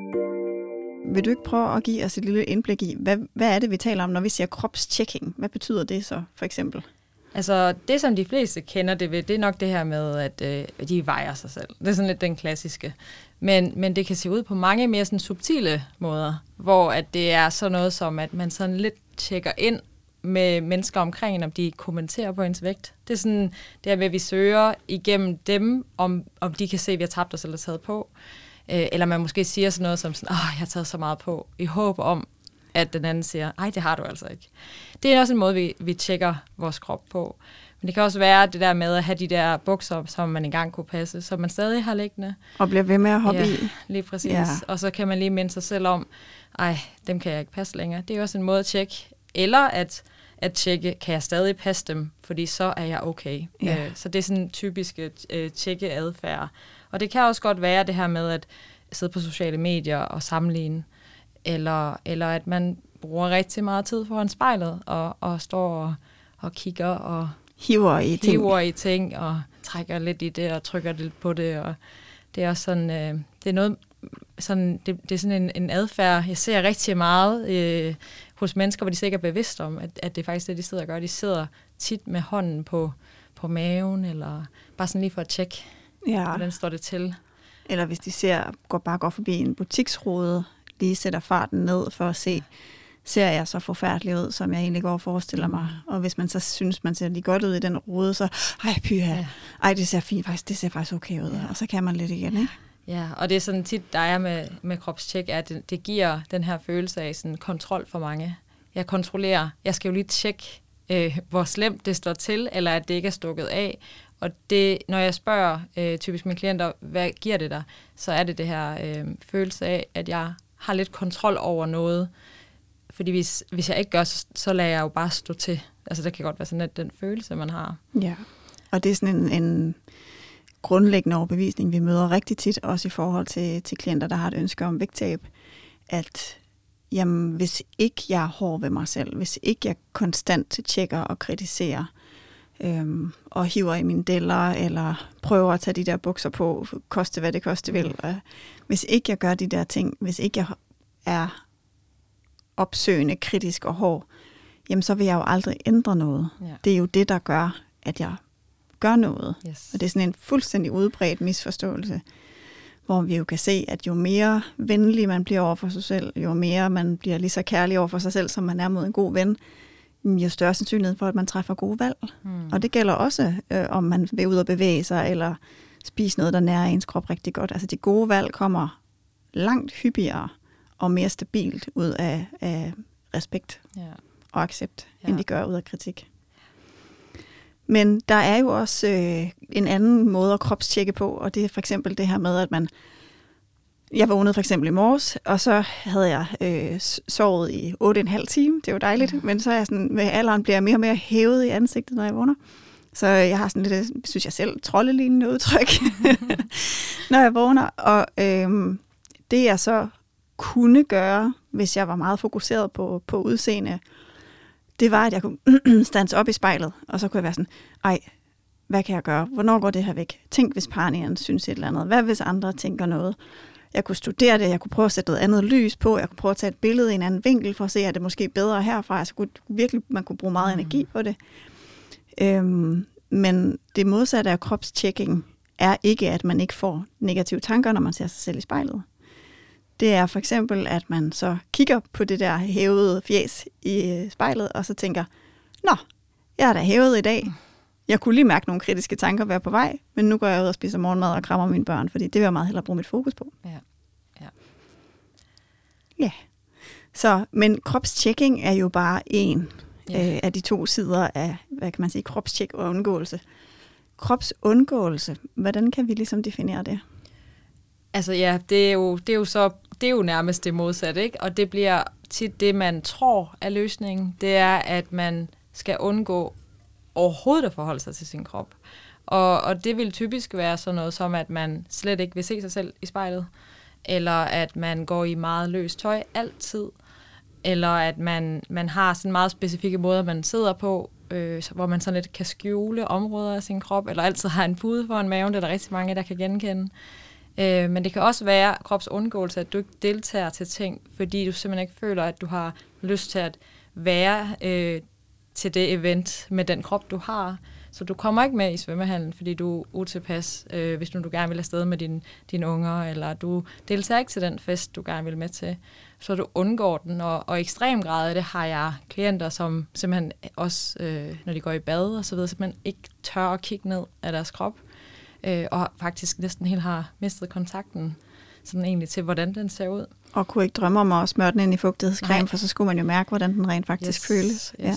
Vil du ikke prøve at give os et lille indblik i, hvad, hvad er det, vi taler om, når vi siger kropstjekking? Hvad betyder det så, for eksempel? Altså, det som de fleste kender det ved, det er nok det her med, at øh, de vejer sig selv. Det er sådan lidt den klassiske. Men, men det kan se ud på mange mere sådan subtile måder, hvor at det er sådan noget som, at man sådan lidt tjekker ind med mennesker omkring en, om de kommenterer på ens vægt. Det er sådan det her med, at vi søger igennem dem, om, om de kan se, at vi har tabt os eller taget på. Øh, eller man måske siger sådan noget som sådan, åh, jeg har taget så meget på, i håb om, at den anden siger, ej, det har du altså ikke. Det er også en måde, vi, vi tjekker vores krop på. Men det kan også være det der med at have de der bukser, som man engang kunne passe, som man stadig har liggende. Og bliver ved med at hoppe ja, i. Lige præcis. Ja. Og så kan man lige minde sig selv om, ej, dem kan jeg ikke passe længere. Det er også en måde at tjekke. Eller at, at tjekke, kan jeg stadig passe dem, fordi så er jeg okay. Ja. Øh, så det er sådan en typisk øh, tjekke-adfærd. Og det kan også godt være det her med at sidde på sociale medier og sammenligne, eller, eller at man bruger rigtig meget tid foran spejlet, og, og står og, og kigger og hiver i ting. hiver i ting, og trækker lidt i det, og trykker lidt på det. Og det er også sådan, øh, det er noget, sådan, det, det er sådan en, en adfærd, jeg ser rigtig meget øh, hos mennesker, hvor de sikkert er bevidst om, at, at det er faktisk det, de sidder og gør. De sidder tit med hånden på, på maven, eller bare sådan lige for at tjekke, ja. Hvordan står det til. Eller hvis de ser, går bare går forbi en butiksrude, lige sætter farten ned for at se, ser jeg så forfærdelig ud, som jeg egentlig går og forestiller mig. Og hvis man så synes, man ser lige godt ud i den rude, så, ej pyha, ja. ej det ser fint, faktisk, det ser faktisk okay ud. Ja. Og så kan man lidt igen, ikke? Ja, og det er sådan tit, der er med, med kropstjek, at det, det giver den her følelse af sådan kontrol for mange. Jeg kontrollerer, jeg skal jo lige tjekke, øh, hvor slemt det står til, eller at det ikke er stukket af. Og det, når jeg spørger øh, typisk mine klienter, hvad giver det dig, så er det det her øh, følelse af, at jeg har lidt kontrol over noget. Fordi hvis, hvis jeg ikke gør, så, så lader jeg jo bare stå til. Altså det kan godt være sådan lidt den følelse, man har. Ja, og det er sådan en, en grundlæggende overbevisning, vi møder rigtig tit, også i forhold til, til klienter, der har et ønske om vægttab, at jamen, hvis ikke jeg er hård ved mig selv, hvis ikke jeg konstant tjekker og kritiserer, øhm, og hiver i mine deller, eller prøver at tage de der bukser på, koste hvad det koste vil, og hvis ikke jeg gør de der ting, hvis ikke jeg er opsøgende, kritisk og hård, jamen så vil jeg jo aldrig ændre noget. Ja. Det er jo det, der gør, at jeg gør noget. Yes. Og det er sådan en fuldstændig udbredt misforståelse, hvor vi jo kan se, at jo mere venlig man bliver over for sig selv, jo mere man bliver lige så kærlig over for sig selv, som man er mod en god ven, jo større sandsynlighed for, at man træffer gode valg. Mm. Og det gælder også, øh, om man vil ud og bevæge sig, eller spise noget, der nærer ens krop rigtig godt. Altså de gode valg kommer langt hyppigere og mere stabilt ud af, af respekt ja. og accept, ja. end de gør ud af kritik. Men der er jo også øh, en anden måde at kropstjekke på, og det er for eksempel det her med, at man... Jeg vågnede for eksempel i morges, og så havde jeg øh, sovet i otte og en halv time. Det var dejligt, mm. men så er jeg sådan, med alderen bliver jeg mere og mere hævet i ansigtet, når jeg vågner. Så jeg har sådan lidt, synes jeg selv, troldelignende udtryk, når jeg vågner. Og øh, det jeg så kunne gøre, hvis jeg var meget fokuseret på, på udseende, det var, at jeg kunne stands op i spejlet, og så kunne jeg være sådan, ej, hvad kan jeg gøre? Hvornår går det her væk? Tænk, hvis partneren synes et eller andet. Hvad hvis andre tænker noget? Jeg kunne studere det, jeg kunne prøve at sætte noget andet lys på, jeg kunne prøve at tage et billede i en anden vinkel, for at se, at det måske bedre herfra. Altså kunne, virkelig, man kunne bruge meget energi på det. Øhm, men det modsatte af kropstjekking er ikke, at man ikke får negative tanker, når man ser sig selv i spejlet. Det er for eksempel, at man så kigger på det der hævede fjes i spejlet, og så tænker, nå, jeg er da hævet i dag. Jeg kunne lige mærke nogle kritiske tanker være på vej, men nu går jeg ud og spiser morgenmad og krammer mine børn, fordi det vil jeg meget hellere bruge mit fokus på. Ja. Ja. Ja. Så, men kropstjekking er jo bare en ja. øh, af de to sider af, hvad kan man sige, kropstjek og undgåelse. Kropsundgåelse, hvordan kan vi ligesom definere det? Altså ja, det er jo, det er jo så, det er jo nærmest det modsatte, ikke? Og det bliver tit det, man tror er løsningen. Det er, at man skal undgå overhovedet at forholde sig til sin krop. Og, og det vil typisk være sådan noget som, at man slet ikke vil se sig selv i spejlet, eller at man går i meget løst tøj altid, eller at man, man har sådan meget specifikke måder, man sidder på, øh, hvor man sådan lidt kan skjule områder af sin krop, eller altid har en pude foran maven, det er der rigtig mange, der kan genkende. Øh, men det kan også være kropsundgåelse, at du ikke deltager til ting, fordi du simpelthen ikke føler, at du har lyst til at være øh, til det event med den krop, du har. Så du kommer ikke med i svømmehallen, fordi du er utilpas, øh, hvis nu du gerne vil afsted med din, dine unger, eller du deltager ikke til den fest, du gerne vil med til. Så du undgår den, og, og i ekstrem grad af det har jeg klienter, som simpelthen også, øh, når de går i bad og så videre, simpelthen ikke tør at kigge ned af deres krop, øh, og faktisk næsten helt har mistet kontakten sådan egentlig til, hvordan den ser ud. Og kunne ikke drømme om at smøre den ind i fugtighedscreme, for så skulle man jo mærke, hvordan den rent faktisk yes, føles. Yes. Ja.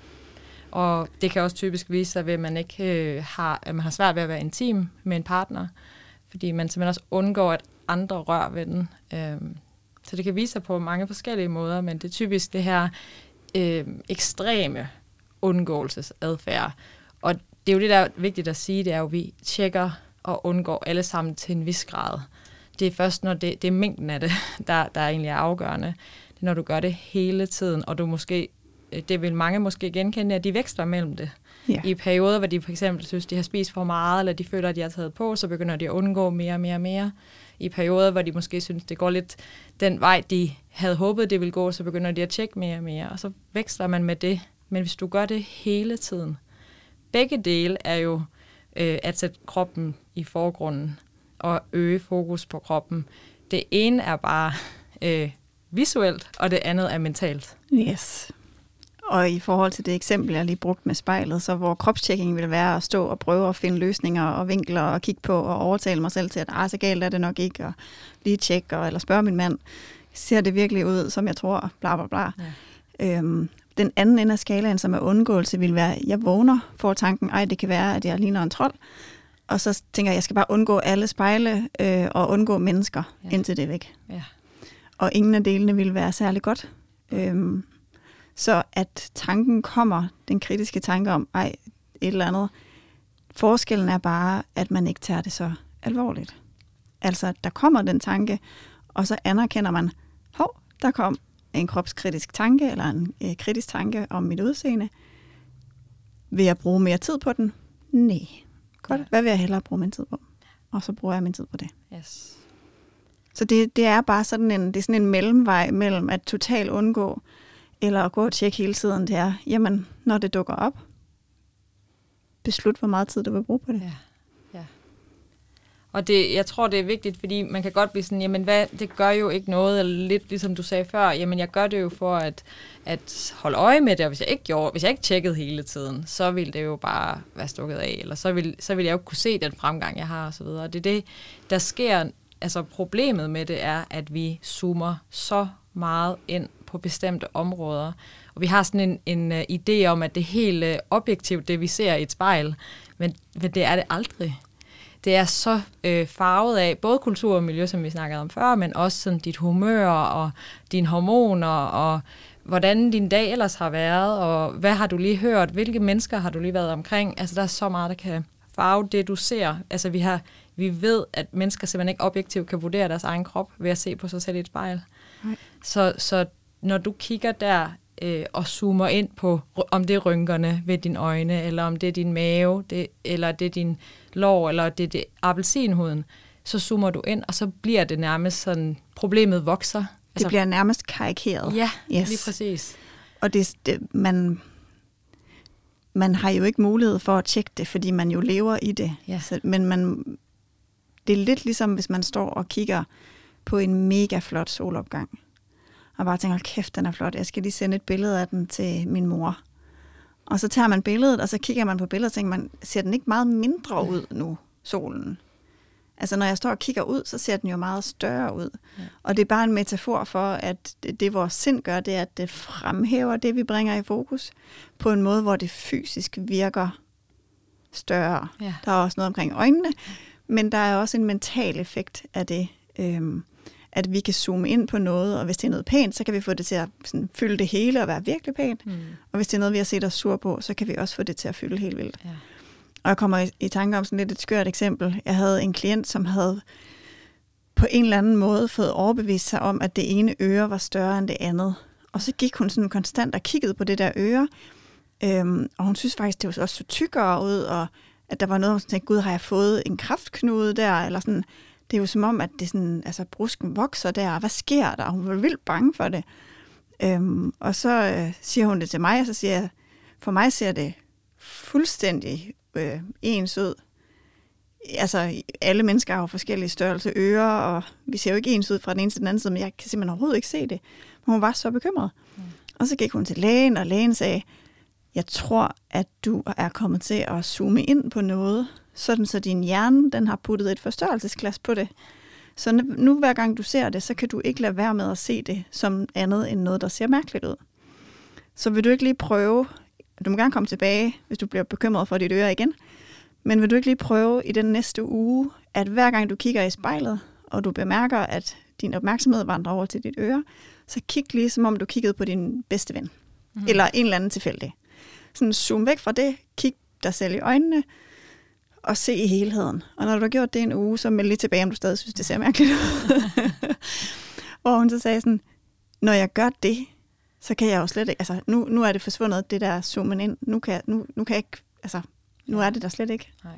Og det kan også typisk vise sig ved, at man ikke øh, har, at man har svært ved at være intim med en partner, fordi man simpelthen også undgår, at andre rører ved den. Øhm, så det kan vise sig på mange forskellige måder, men det er typisk det her øh, ekstreme undgåelsesadfærd. Og det er jo det, der er vigtigt at sige, det er jo, at vi tjekker og undgår alle sammen til en vis grad. Det er først, når det, det er mængden af det, der, der egentlig er afgørende. Det er, når du gør det hele tiden, og du måske det vil mange måske genkende, at de veksler mellem det. Ja. I perioder, hvor de for eksempel synes, de har spist for meget, eller de føler, at de har taget på, så begynder de at undgå mere og mere og mere. I perioder, hvor de måske synes, det går lidt den vej, de havde håbet, det ville gå, så begynder de at tjekke mere og mere, og så veksler man med det. Men hvis du gør det hele tiden, begge dele er jo øh, at sætte kroppen i forgrunden og øge fokus på kroppen. Det ene er bare øh, visuelt, og det andet er mentalt. Yes. Og i forhold til det eksempel, jeg lige brugte med spejlet, så hvor kropstjekking vil være at stå og prøve at finde løsninger og vinkler og kigge på og overtale mig selv til, at ah, så galt er det nok ikke, og lige tjekke eller spørge min mand, ser det virkelig ud, som jeg tror, bla bla bla. Ja. Øhm, den anden ende af skalaen, som er undgåelse, vil være, at jeg vågner, får tanken, ej, det kan være, at jeg ligner en trold, og så tænker jeg, jeg skal bare undgå alle spejle øh, og undgå mennesker, ja. Indtil det er væk. Ja. Og ingen af delene vil være særlig godt. Øhm, Så at tanken kommer, den kritiske tanke om, ej, et eller andet. Forskellen er bare, at man ikke tager det så alvorligt. Altså, at der kommer den tanke, og så anerkender man, hov, der kom en kropskritisk tanke, eller en øh, kritisk tanke om mit udseende. Vil jeg bruge mere tid på den? Nej. Godt. Ja. Hvad vil jeg hellere bruge min tid på? Og så bruger jeg min tid på det. Yes. Så det, det er bare sådan en, det er sådan en mellemvej mellem at totalt undgå, eller at gå og tjekke hele tiden, det er, jamen, når det dukker op, beslut, hvor meget tid du vil bruge på det. Ja, ja. Og det, jeg tror, det er vigtigt, fordi man kan godt blive sådan, jamen, hvad, det gør jo ikke noget, eller lidt ligesom du sagde før, jamen, jeg gør det jo for at, at holde øje med det, og hvis jeg ikke gjorde, hvis jeg ikke tjekkede hele tiden, så ville det jo bare være stukket af, eller så ville, så ville jeg jo kunne se den fremgang, jeg har, og så videre. Det er det, der sker, altså problemet med det er, at vi zoomer så meget ind på bestemte områder. Og vi har sådan en, en uh, idé om, at det er helt uh, objektivt, det vi ser i et spejl, men, men det er det aldrig. Det er så øh, farvet af både kultur og miljø, som vi snakkede om før, men også sådan dit humør og dine hormoner, og hvordan din dag ellers har været, og hvad har du lige hørt, hvilke mennesker har du lige været omkring. Altså, der er så meget, der kan farve det, du ser. Altså, vi, har, vi ved, at mennesker simpelthen ikke objektivt kan vurdere deres egen krop ved at se på sig selv i et spejl. Okay. Så, så når du kigger der øh, og zoomer ind på, om det er rynkerne ved dine øjne, eller om det er din mave, det, eller det er din lår, eller det er det appelsinhuden, så zoomer du ind, og så bliver det nærmest sådan, problemet vokser. Det altså, bliver nærmest karikeret. Ja, yes. Lige præcis. Og det, det, man, man har jo ikke mulighed for at tjekke det, fordi man jo lever i det. Ja. Så, men man, det er lidt ligesom, hvis man står og kigger på en mega flot solopgang, og bare tænker, kæft, den er flot, jeg skal lige sende et billede af den til min mor. Og så tager man billedet, og så kigger man på billedet, og tænker man, ser den ikke meget mindre ud nu, solen? Altså, når jeg står og kigger ud, så ser den jo meget større ud. Ja. Og det er bare en metafor for, at det, det vores sind gør, det er, at det fremhæver det, vi bringer i fokus, på en måde, hvor det fysisk virker større. Ja. Der er også noget omkring øjnene, men der er også en mental effekt af det, øhm, at vi kan zoome ind på noget, og hvis det er noget pænt, så kan vi få det til at sådan, fylde det hele og være virkelig pænt. Mm. Og hvis det er noget, vi har set os sur på, så kan vi også få det til at fylde helt vildt. Ja. Og jeg kommer i, i tanke om sådan lidt et skørt eksempel. Jeg havde en klient, som havde på en eller anden måde fået overbevist sig om, at det ene øre var større end det andet. Og så gik hun sådan konstant og kiggede på det der øre, øhm, og hun synes faktisk, det var også så tykkere ud, og at der var noget, hun tænkte, gud, har jeg fået en kræftknude der, eller sådan. Det er jo som om, at det sådan, altså, brusken vokser der, hvad sker der? Hun var vildt bange for det. Øhm, og så øh, siger hun det til mig, og så siger jeg, for mig ser det fuldstændig øh, ens ud. Altså, alle mennesker har jo forskellige størrelse ører, og vi ser jo ikke ens ud fra den ene til den anden side, men jeg kan simpelthen overhovedet ikke se det. Men hun var så bekymret. Mm. Og så gik hun til lægen, og lægen sagde, jeg tror, at du er kommet til at zoome ind på noget, sådan så din hjerne, den har puttet et forstørrelsesglas på det. Så nu hver gang du ser det, så kan du ikke lade være med at se det som andet end noget, der ser mærkeligt ud. Så vil du ikke lige prøve, du må gerne komme tilbage, hvis du bliver bekymret for dit øre igen, men vil du ikke lige prøve i den næste uge, at hver gang du kigger i spejlet, og du bemærker, at din opmærksomhed vandrer over til dit øre, så kig lige, som om du kiggede på din bedste ven. Mm. Eller en eller anden tilfældig. Sådan zoom væk fra det, kig dig selv i øjnene, og se i helheden. Og når du har gjort det en uge, så meld lige tilbage, om du stadig synes, det ser mærkeligt ud. Hvor hun så sagde sådan, når jeg gør det, så kan jeg jo slet ikke, altså nu, nu er det forsvundet, det der zoomen ind. Nu kan, nu, nu kan jeg ikke, altså nu er det der slet ikke. Nej.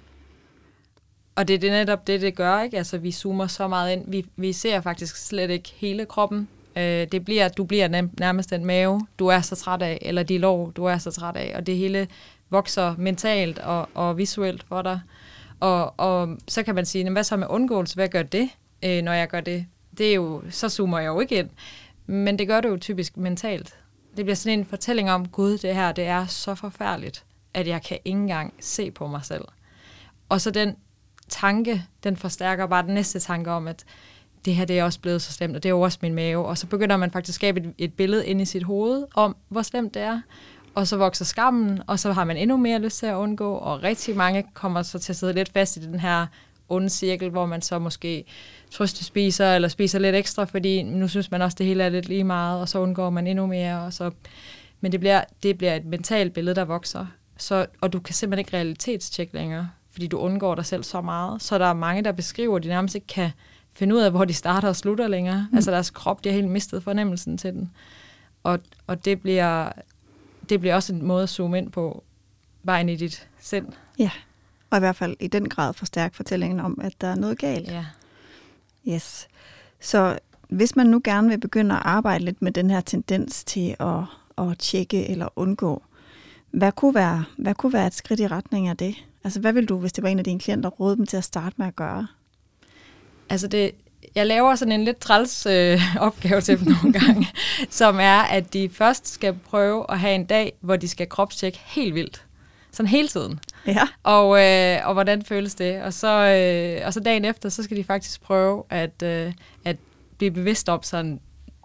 Og det er det netop det, det gør, ikke? Altså vi zoomer så meget ind. Vi, vi ser faktisk slet ikke hele kroppen. Øh, det bliver, du bliver nærmest den mave, du er så træt af, eller de lår, du er så træt af. Og det hele vokser mentalt og, og visuelt for dig. Og, og så kan man sige, hvad så med undgåelse? Hvad gør det, øh, når jeg gør det? Det er jo, så zoomer jeg jo ikke ind. Men det gør det jo typisk mentalt. Det bliver sådan en fortælling om, gud, det her, det er så forfærdeligt, at jeg kan ikke engang se på mig selv. Og så den tanke, den forstærker bare den næste tanke om, at det her, det er også blevet så slemt, og det er jo også min mave. Og så begynder man faktisk at skabe et, et billede inde i sit hoved om, hvor slemt det er. Og så vokser skammen, og så har man endnu mere lyst til at undgå, og rigtig mange kommer så til at sidde lidt fast i den her onde cirkel, hvor man så måske trøstespiser, eller spiser lidt ekstra, fordi nu synes man også, det hele er lidt lige meget, og så undgår man endnu mere. Og så. Men det bliver, det bliver et mentalt billede, der vokser. Så, og du kan simpelthen ikke realitetstjekke længere, fordi du undgår dig selv så meget. Så der er mange, der beskriver, at de nærmest ikke kan finde ud af, hvor de starter og slutter længere. Mm. Altså deres krop, de har helt mistet fornemmelsen til den. Og, og det bliver... Det bliver også en måde at zoome ind på vejen i dit sind. Ja, og i hvert fald i den grad forstærke fortællingen om, at der er noget galt. Ja. Yes. Så hvis man nu gerne vil begynde at arbejde lidt med den her tendens til at, at tjekke eller undgå, hvad kunne, være, hvad kunne være et skridt i retning af det? Altså hvad vil du, hvis det var en af dine klienter, råde dem til at starte med at gøre? Altså det... Jeg laver sådan en lidt træls øh, opgave til dem nogle gange, som er, at de først skal prøve at have en dag, hvor de skal kropstjekke helt vildt. Sådan hele tiden. Ja. Og, øh, og hvordan føles det? Og så, øh, og så dagen efter, så skal de faktisk prøve at, øh, at blive bevidst om sådan,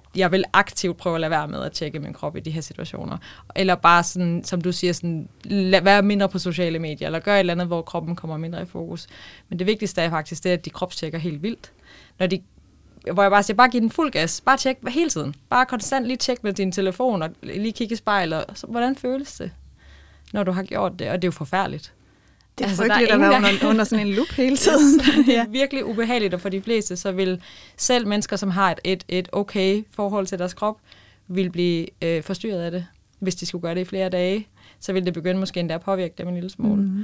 jeg vil aktivt prøve at lade være med at tjekke min krop i de her situationer. Eller bare sådan, som du siger, sådan, lad være mindre på sociale medier, eller gør et eller andet, hvor kroppen kommer mindre i fokus. Men det vigtigste er faktisk det, at de kropstjekker helt vildt. Når de, hvor jeg bare siger, bare giv den fuld gas, bare tjek hele tiden. Bare konstant lige tjek med din telefon, og lige kigge i spejlet. Så, hvordan føles det, når du har gjort det? Og det er jo forfærdeligt. Det er altså, frygteligt at være under, under sådan en loop hele tiden. Det er virkelig ubehageligt, og for de fleste, så vil selv mennesker, som har et, et, et okay forhold til deres krop, vil blive øh, forstyrret af det. Hvis de skulle gøre det i flere dage, så vil det begynde måske endda at påvirke dem en lille smule. Mm-hmm.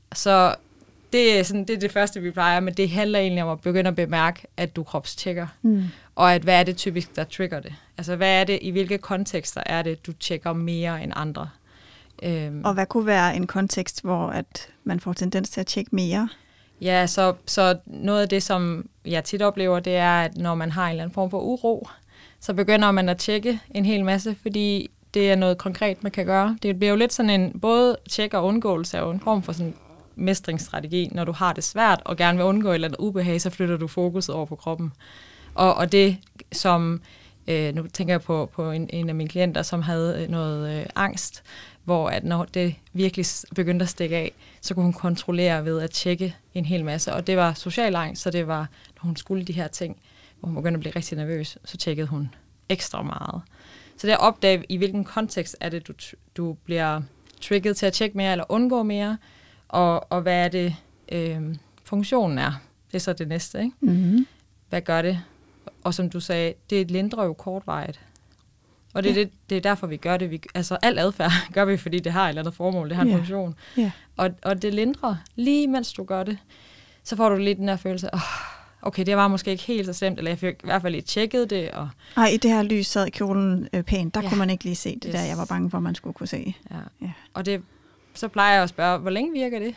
Så det er, sådan, det er det første, vi plejer, men det handler egentlig om at begynde at bemærke, at du kropstjekker. Mm. Og at hvad er det typisk, der trigger det? Altså hvad er det, i hvilke kontekster er det, du tjekker mere end andre? Øhm. Og hvad kunne være en kontekst, hvor at man får tendens til at tjekke mere? Ja, så, så noget af det, som jeg tit oplever, det er, at når man har en eller anden form for uro, så begynder man at tjekke en hel masse, fordi det er noget konkret, man kan gøre. Det bliver jo lidt sådan en, både tjek og undgåelse er jo en form for sådan mestringsstrategi. Når du har det svært og gerne vil undgå et eller andet ubehag, så flytter du fokuset over på kroppen. Og, og det, som, øh, nu tænker jeg på, på en, en af mine klienter, som havde noget øh, angst, hvor at når det virkelig begyndte at stikke af, så kunne hun kontrollere ved at tjekke en hel masse. Og det var social angst, så det var, når hun skulle de her ting, hvor hun begyndte at blive rigtig nervøs, så tjekkede hun ekstra meget. Så det at opdage, i hvilken kontekst er det, du, du bliver trigget til at tjekke mere eller undgå mere, og, og hvad er det, øh, funktionen er. Det er så det næste, ikke? Mm-hmm. Hvad gør det? Og som du sagde, det lindrer jo kortvarigt. Og det er, ja. det, det er derfor, vi gør det. Vi, altså, al adfærd gør vi, fordi det har et eller andet formål, det har en ja. funktion. Ja. Og, og det lindrer, lige mens du gør det, så får du lige den der følelse, oh, okay, det var måske ikke helt så slemt, eller jeg fik i hvert fald lige tjekket det. Og Ej, i det her lys sad kjolen øh, pænt, der ja. kunne man ikke lige se det yes. der, jeg var bange for, man skulle kunne se. Ja. Ja. Og det, så plejer jeg at spørge, hvor længe virker det?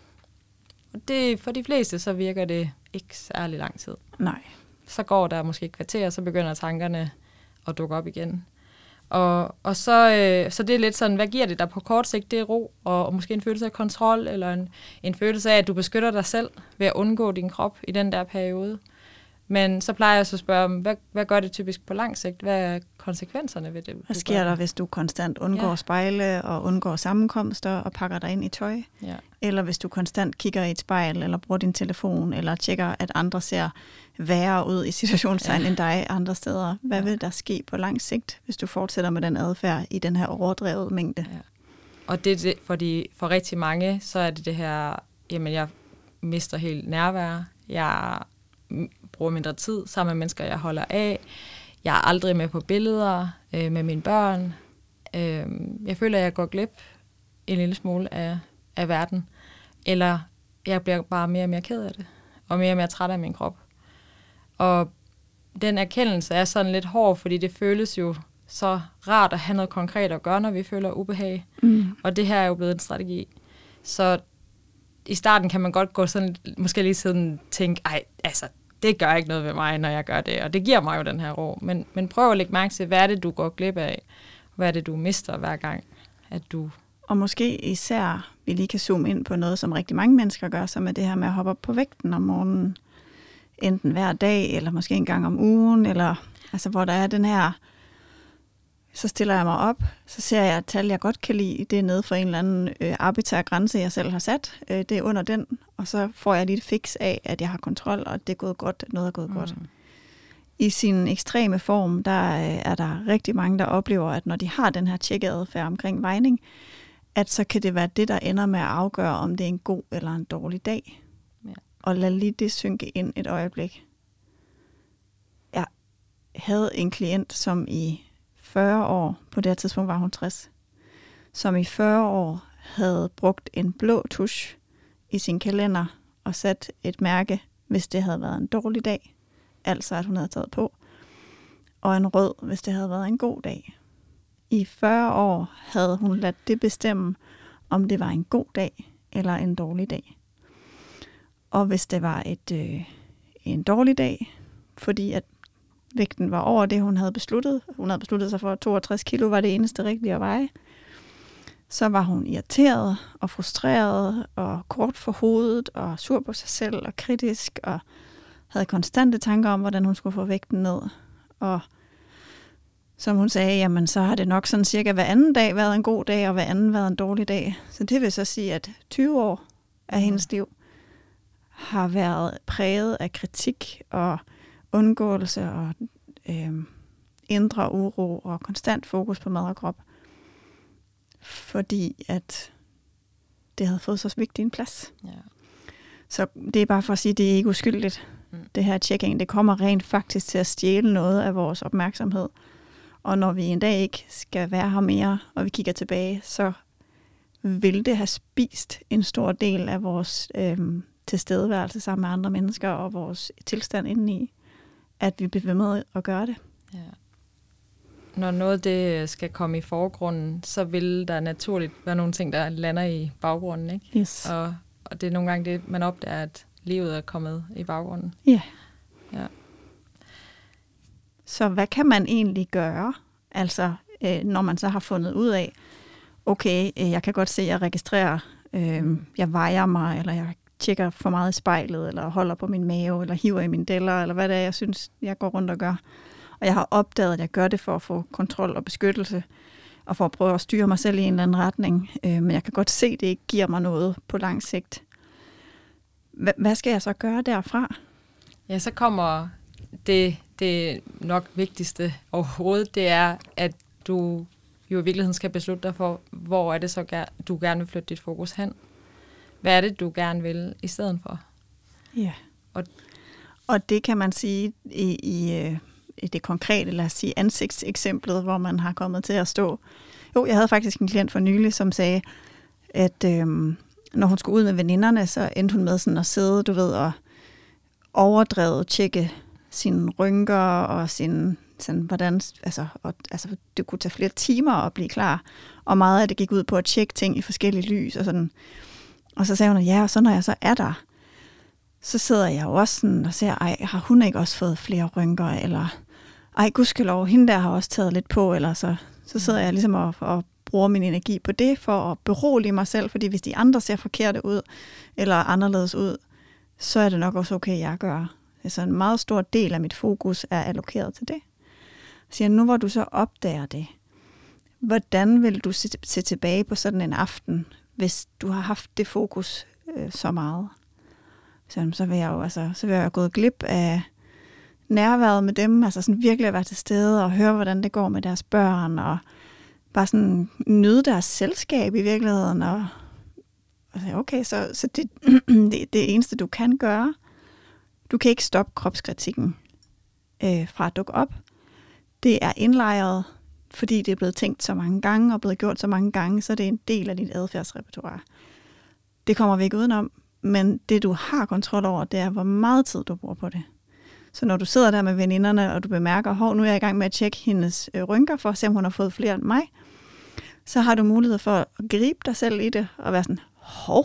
Og det, for de fleste, så virker det ikke særlig lang tid. Nej. Så går der måske et kvarter, så begynder tankerne at dukke op igen. Og, og så, øh, så det er lidt sådan, hvad giver det dig på kort sigt? Det er ro, og, og måske en følelse af kontrol, eller en, en følelse af, at du beskytter dig selv ved at undgå din krop i den der periode. Men så plejer jeg så at spørge, hvad, hvad gør det typisk på lang sigt? Hvad er konsekvenserne ved det? Hvad sker der, hvis du konstant undgår ja. spejle og undgår sammenkomster og pakker dig ind i tøj? Ja. Eller hvis du konstant kigger i et spejl, eller bruger din telefon, eller tjekker, at andre ser værre ud i situationstegn ja. end dig andre steder. Hvad ja. vil der ske på lang sigt, hvis du fortsætter med den adfærd i den her overdrevet mængde? Ja. Og det, det fordi for rigtig mange, så er det det her, jamen jeg mister helt nærvær, jeg bruger mindre tid sammen med mennesker, jeg holder af, jeg er aldrig med på billeder øh, med mine børn. Øh, jeg føler, at jeg går glip en lille smule af, af verden, eller jeg bliver bare mere og mere ked af det, og mere og mere træt af min krop. Og den erkendelse er sådan lidt hård, fordi det føles jo så rart at have noget konkret at gøre, når vi føler ubehag. Mm. Og det her er jo blevet en strategi. Så i starten kan man godt gå sådan, måske lige sådan tænke, ej, altså, det gør ikke noget ved mig, når jeg gør det, og det giver mig jo den her ro. Men, men prøv at lægge mærke til, hvad er det, du går glip af? Hvad er det, du mister hver gang, at du... Og måske især, vi lige kan zoome ind på noget, som rigtig mange mennesker gør, som er det her med at hoppe op på vægten om morgenen, enten hver dag, eller måske en gang om ugen, eller altså, hvor der er den her, så stiller jeg mig op, så ser jeg et tal, jeg godt kan lide, det er nede for en eller anden øh, arbitrær grænse, jeg selv har sat, øh, det er under den, og så får jeg lige et fix af, at jeg har kontrol, og det er gået godt, at noget er gået mm. godt. I sin ekstreme form, der øh, er der rigtig mange, der oplever, at når de har den her tjekkeadfærd omkring vejning, at så kan det være det, der ender med at afgøre, om det er en god eller en dårlig dag. Ja. Og lad lige det synke ind et øjeblik. Jeg havde en klient, som i fyrre år, på det her tidspunkt var hun tres, som i fyrre år havde brugt en blå tusch i sin kalender og sat et mærke, hvis det havde været en dårlig dag, altså at hun havde taget på, og en rød, hvis det havde været en god dag. I fyrre år havde hun ladt det bestemme, om det var en god dag eller en dårlig dag. Og hvis det var et, øh, en dårlig dag, fordi at vægten var over det, hun havde besluttet, hun havde besluttet sig for, at toogtres kilo var det eneste rigtige at veje, så var hun irriteret og frustreret og kort for hovedet og sur på sig selv og kritisk og havde konstante tanker om, hvordan hun skulle få vægten ned. Og som hun sagde, jamen så har det nok sådan cirka hver anden dag været en god dag, og hver anden været en dårlig dag. Så det vil så sige, at tyve år af mm. hendes liv har været præget af kritik og undgåelse og øh, indre uro og konstant fokus på mad og krop. Fordi at det havde fået så vigtig en plads. Ja. Så det er bare for at sige, at det er ikke uskyldigt. Mm. Det her checking, det kommer rent faktisk til at stjæle noget af vores opmærksomhed. Og når vi en dag ikke skal være her mere, og vi kigger tilbage, så vil det have spist en stor del af vores øh, tilstedeværelse sammen med andre mennesker og vores tilstand indeni, at vi bliver ved med at gøre det. Ja. Når noget det skal komme i forgrunden, så vil der naturligt være nogle ting, der lander i baggrunden, ikke? Yes. Og, og det er nogle gange det, man opdager, at livet er kommet i baggrunden. Ja. Ja. Så hvad kan man egentlig gøre, altså øh, når man så har fundet ud af, okay, øh, jeg kan godt se, at jeg registrerer, øh, jeg vejer mig, eller jeg tjekker for meget i spejlet, eller holder på min mave, eller hiver i mine deller, eller hvad det er, jeg synes, jeg går rundt og gør. Og jeg har opdaget, at jeg gør det for at få kontrol og beskyttelse, og for at prøve at styre mig selv i en eller anden retning. Øh, men jeg kan godt se, at det ikke giver mig noget på lang sigt. H- hvad skal jeg så gøre derfra? Ja, så kommer det, det nok vigtigste overhovedet, det er, at du jo i virkeligheden skal beslutte dig for, hvor er det så, du gerne vil flytte dit fokus hen. Hvad er det, du gerne vil i stedet for? Ja, og, og det kan man sige i, i, i det konkrete, lad os sige ansigtseksemplet, hvor man har kommet til at stå. Jo, jeg havde faktisk en klient for nylig, som sagde, at øhm, når hun skulle ud med veninderne, så endte hun med sådan at sidde, du ved, og overdrevet tjekke sine rynker og sin, sådan, hvordan, altså, og, altså, det kunne tage flere timer at blive klar, og meget af det gik ud på at tjekke ting i forskellige lys og sådan. Og så sagde hun, at ja, og så når jeg så er der, så sidder jeg jo også sådan og siger, ej, har hun ikke også fået flere rynker, eller ej, gudskelov, hende der har også taget lidt på, eller så, så sidder jeg ligesom og, og bruger min energi på det, for at berolige mig selv, fordi hvis de andre ser forkerte ud, eller anderledes ud, så er det nok også okay, jeg gør. Altså en meget stor del af mit fokus er allokeret til det. Jeg siger, nu hvor du så opdager det, hvordan vil du se, se tilbage på sådan en aften, hvis du har haft det fokus øh, så meget? Så, så vil jeg jo altså, så vil jeg jo gået glip af nærværet med dem, altså sådan virkelig at være til stede og høre, hvordan det går med deres børn, og bare sådan nyde deres selskab i virkeligheden. Og, og så, okay, så, så det, det, det eneste, du kan gøre, du kan ikke stoppe kropskritikken øh, fra at dukke op. Det er indlejret, fordi det er blevet tænkt så mange gange og blevet gjort så mange gange, så det er en del af dit adfærdsrepertoire. Det kommer vi ikke udenom, men det du har kontrol over, det er, hvor meget tid du bruger på det. Så når du sidder der med veninderne, og du bemærker, hov, nu er jeg i gang med at tjekke hendes øh, rynker, for at se, om hun har fået flere end mig, så har du mulighed for at gribe dig selv i det, og være sådan, hov,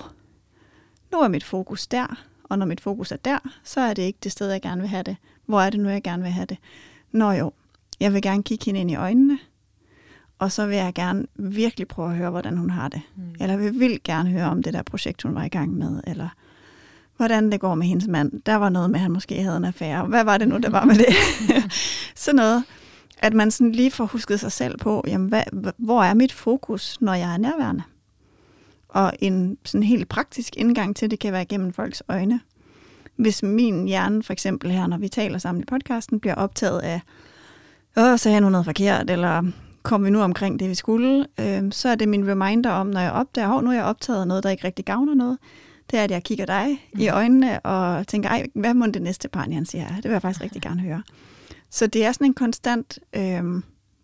nu er mit fokus der, og når mit fokus er der, så er det ikke det sted, jeg gerne vil have det. Hvor er det nu, jeg gerne vil have det? Nå jo, jeg vil gerne kigge hende ind i øjnene, og så vil jeg gerne virkelig prøve at høre, hvordan hun har det. Mm. Eller vi vil gerne høre om det der projekt, hun var i gang med, eller hvordan det går med hendes mand. Der var noget med, at han måske havde en affære. Hvad var det nu, der var med det? Sådan noget. At man sådan lige får husket sig selv på, jamen, hvad, hvor er mit fokus, når jeg er nærværende? Og en sådan helt praktisk indgang til det kan være gennem folks øjne. Hvis min hjerne for eksempel her, når vi taler sammen i podcasten, bliver optaget af, åh, så er jeg nu noget forkert, eller kom vi nu omkring det, vi skulle, øh, så er det min reminder om, når jeg opdager, hov, nu er jeg optaget af noget, der ikke rigtig gavner noget, det er, at jeg kigger dig mm. i øjnene og tænker, ej, hvad må det næste barn, han siger? Det vil jeg faktisk rigtig gerne høre. Så det er sådan en konstant øh,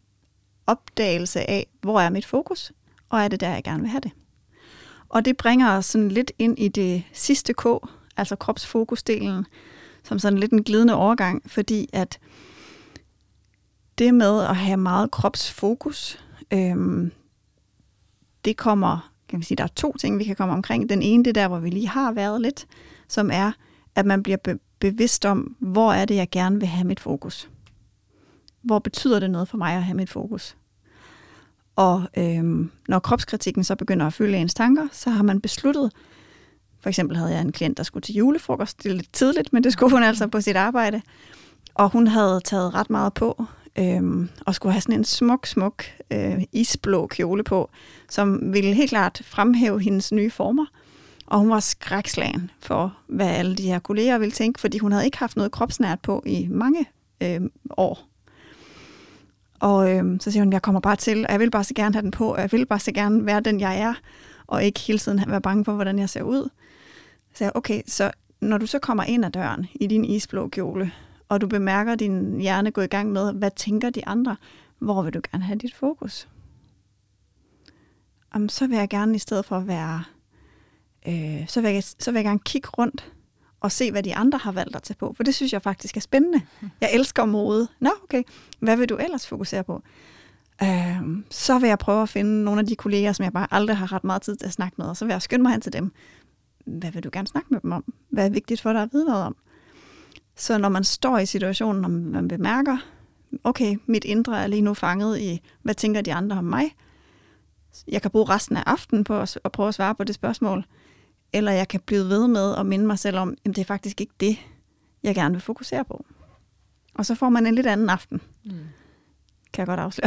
opdagelse af, hvor er mit fokus, og er det der, jeg gerne vil have det. Og det bringer os sådan lidt ind i det sidste K, altså kropsfokusdelen, som sådan lidt en glidende overgang, fordi at det med at have meget kropsfokus, øhm, det kommer, kan vi sige, der er to ting, vi kan komme omkring. Den ene, det der, hvor vi lige har været lidt, som er, at man bliver be- bevidst om, hvor er det, jeg gerne vil have mit fokus. Hvor betyder det noget for mig at have mit fokus? Og øhm, når kropskritikken så begynder at fylde ens tanker, så har man besluttet, for eksempel havde jeg en klient, der skulle til julefrokost, det er lidt tidligt, men det skulle hun altså på sit arbejde, og hun havde taget ret meget på øhm, og skulle have sådan en smuk, smuk øh, isblå kjole på, som ville helt klart fremhæve hendes nye former. Og hun var skrækslagen for, hvad alle de her kolleger ville tænke, fordi hun havde ikke haft noget kropsnært på i mange øh, år. Og øh, så siger hun, jeg kommer bare til, og jeg vil bare så gerne have den på, og jeg vil bare så gerne være den, jeg er, og ikke hele tiden være bange for, hvordan jeg ser ud. Så jeg, okay, så når du så kommer ind ad døren i din isblå kjole, og du bemærker, at din hjerne går i gang med, hvad tænker de andre, hvor vil du gerne have dit fokus? Jamen, så vil jeg gerne i stedet for at være, øh, så, vil jeg, så vil jeg gerne kigge rundt og se, hvad de andre har valgt at tage på, for det synes jeg faktisk er spændende. Jeg elsker mode. Nå, okay, hvad vil du ellers fokusere på? Øh, så vil jeg prøve at finde nogle af de kolleger, som jeg bare aldrig har ret meget tid til at snakke med, og så vil jeg skynde mig hen til dem. Hvad vil du gerne snakke med dem om? Hvad er vigtigt for dig at vide noget om? Så når man står i situationen, og man bemærker, okay, mit indre er lige nu fanget i, hvad tænker de andre om mig? Jeg kan bruge resten af aftenen på at prøve at svare på det spørgsmål, eller jeg kan blive ved med at minde mig selv om, at det er faktisk ikke det, jeg gerne vil fokusere på. Og så får man en lidt anden aften. Mm. Kan jeg godt afsløre.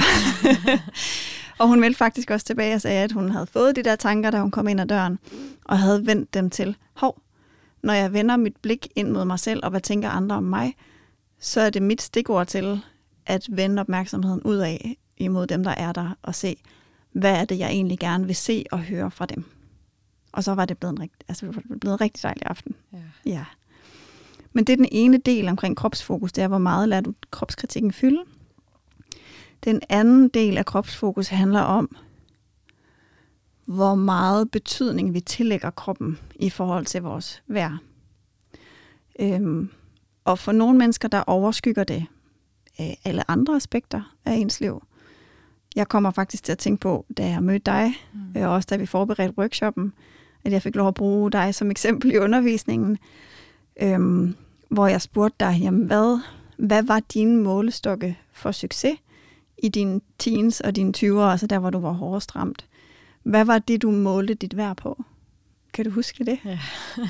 Og hun meldte faktisk også tilbage og sagde, at hun havde fået de der tanker, da hun kom ind ad døren, og havde vendt dem til, hov, når jeg vender mit blik ind mod mig selv, og hvad tænker andre om mig, så er det mit stikord til at vende opmærksomheden ud af imod dem, der er der, og se, hvad er det, jeg egentlig gerne vil se og høre fra dem. Og så var det blevet en, rigt, altså, det blevet en rigtig dejlig aften. Ja. Ja. Men det er den ene del omkring kropsfokus, det er, hvor meget lader du kropskritikken fylde. Den anden del af kropsfokus handler om, hvor meget betydning vi tillægger kroppen i forhold til vores vejr. Øhm, og for nogle mennesker, der overskygger det øh, alle andre aspekter af ens liv. Jeg kommer faktisk til at tænke på, da jeg mødte dig, mm. og også da vi forberedte workshoppen, at jeg fik lov at bruge dig som eksempel i undervisningen, øhm, hvor jeg spurgte dig, jamen hvad, hvad var dine målestokke for succes i dine teens og dine tyvere, altså der, hvor du var hårdest ramt? Hvad var det, du målte dit vejr på? Kan du huske det? Ja.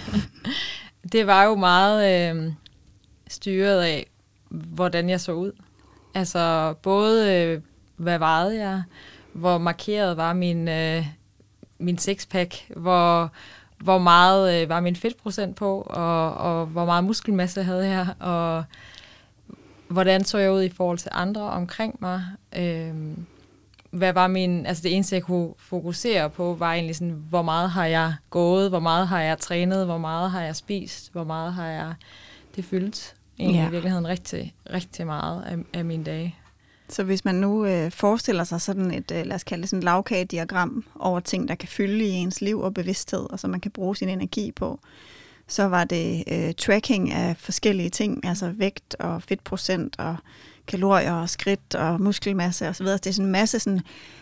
Det var jo meget øh, styret af, hvordan jeg så ud. Altså både, øh, hvad vejede jeg, hvor markeret var min, øh, min sixpack, hvor, hvor meget øh, var min fedtprocent på, og, og hvor meget muskelmasse havde jeg, og hvordan så jeg ud i forhold til andre omkring mig. Øh, Hvad var min, altså det eneste, jeg kunne fokusere på, var egentlig sådan, hvor meget har jeg gået, hvor meget har jeg trænet, hvor meget har jeg spist, hvor meget har jeg, det fyldt egentlig ja. i virkeligheden rigtig, rigtig meget af, af mine dage. Så hvis man nu øh, forestiller sig sådan et, øh, lad os kalde det sådan et lavkagediagram over ting, der kan fylde i ens liv og bevidsthed, og som man kan bruge sin energi på, så var det øh, tracking af forskellige ting, altså vægt og fedtprocent og kalorier og skridt og muskelmasse osv. Det er sådan en masse sådan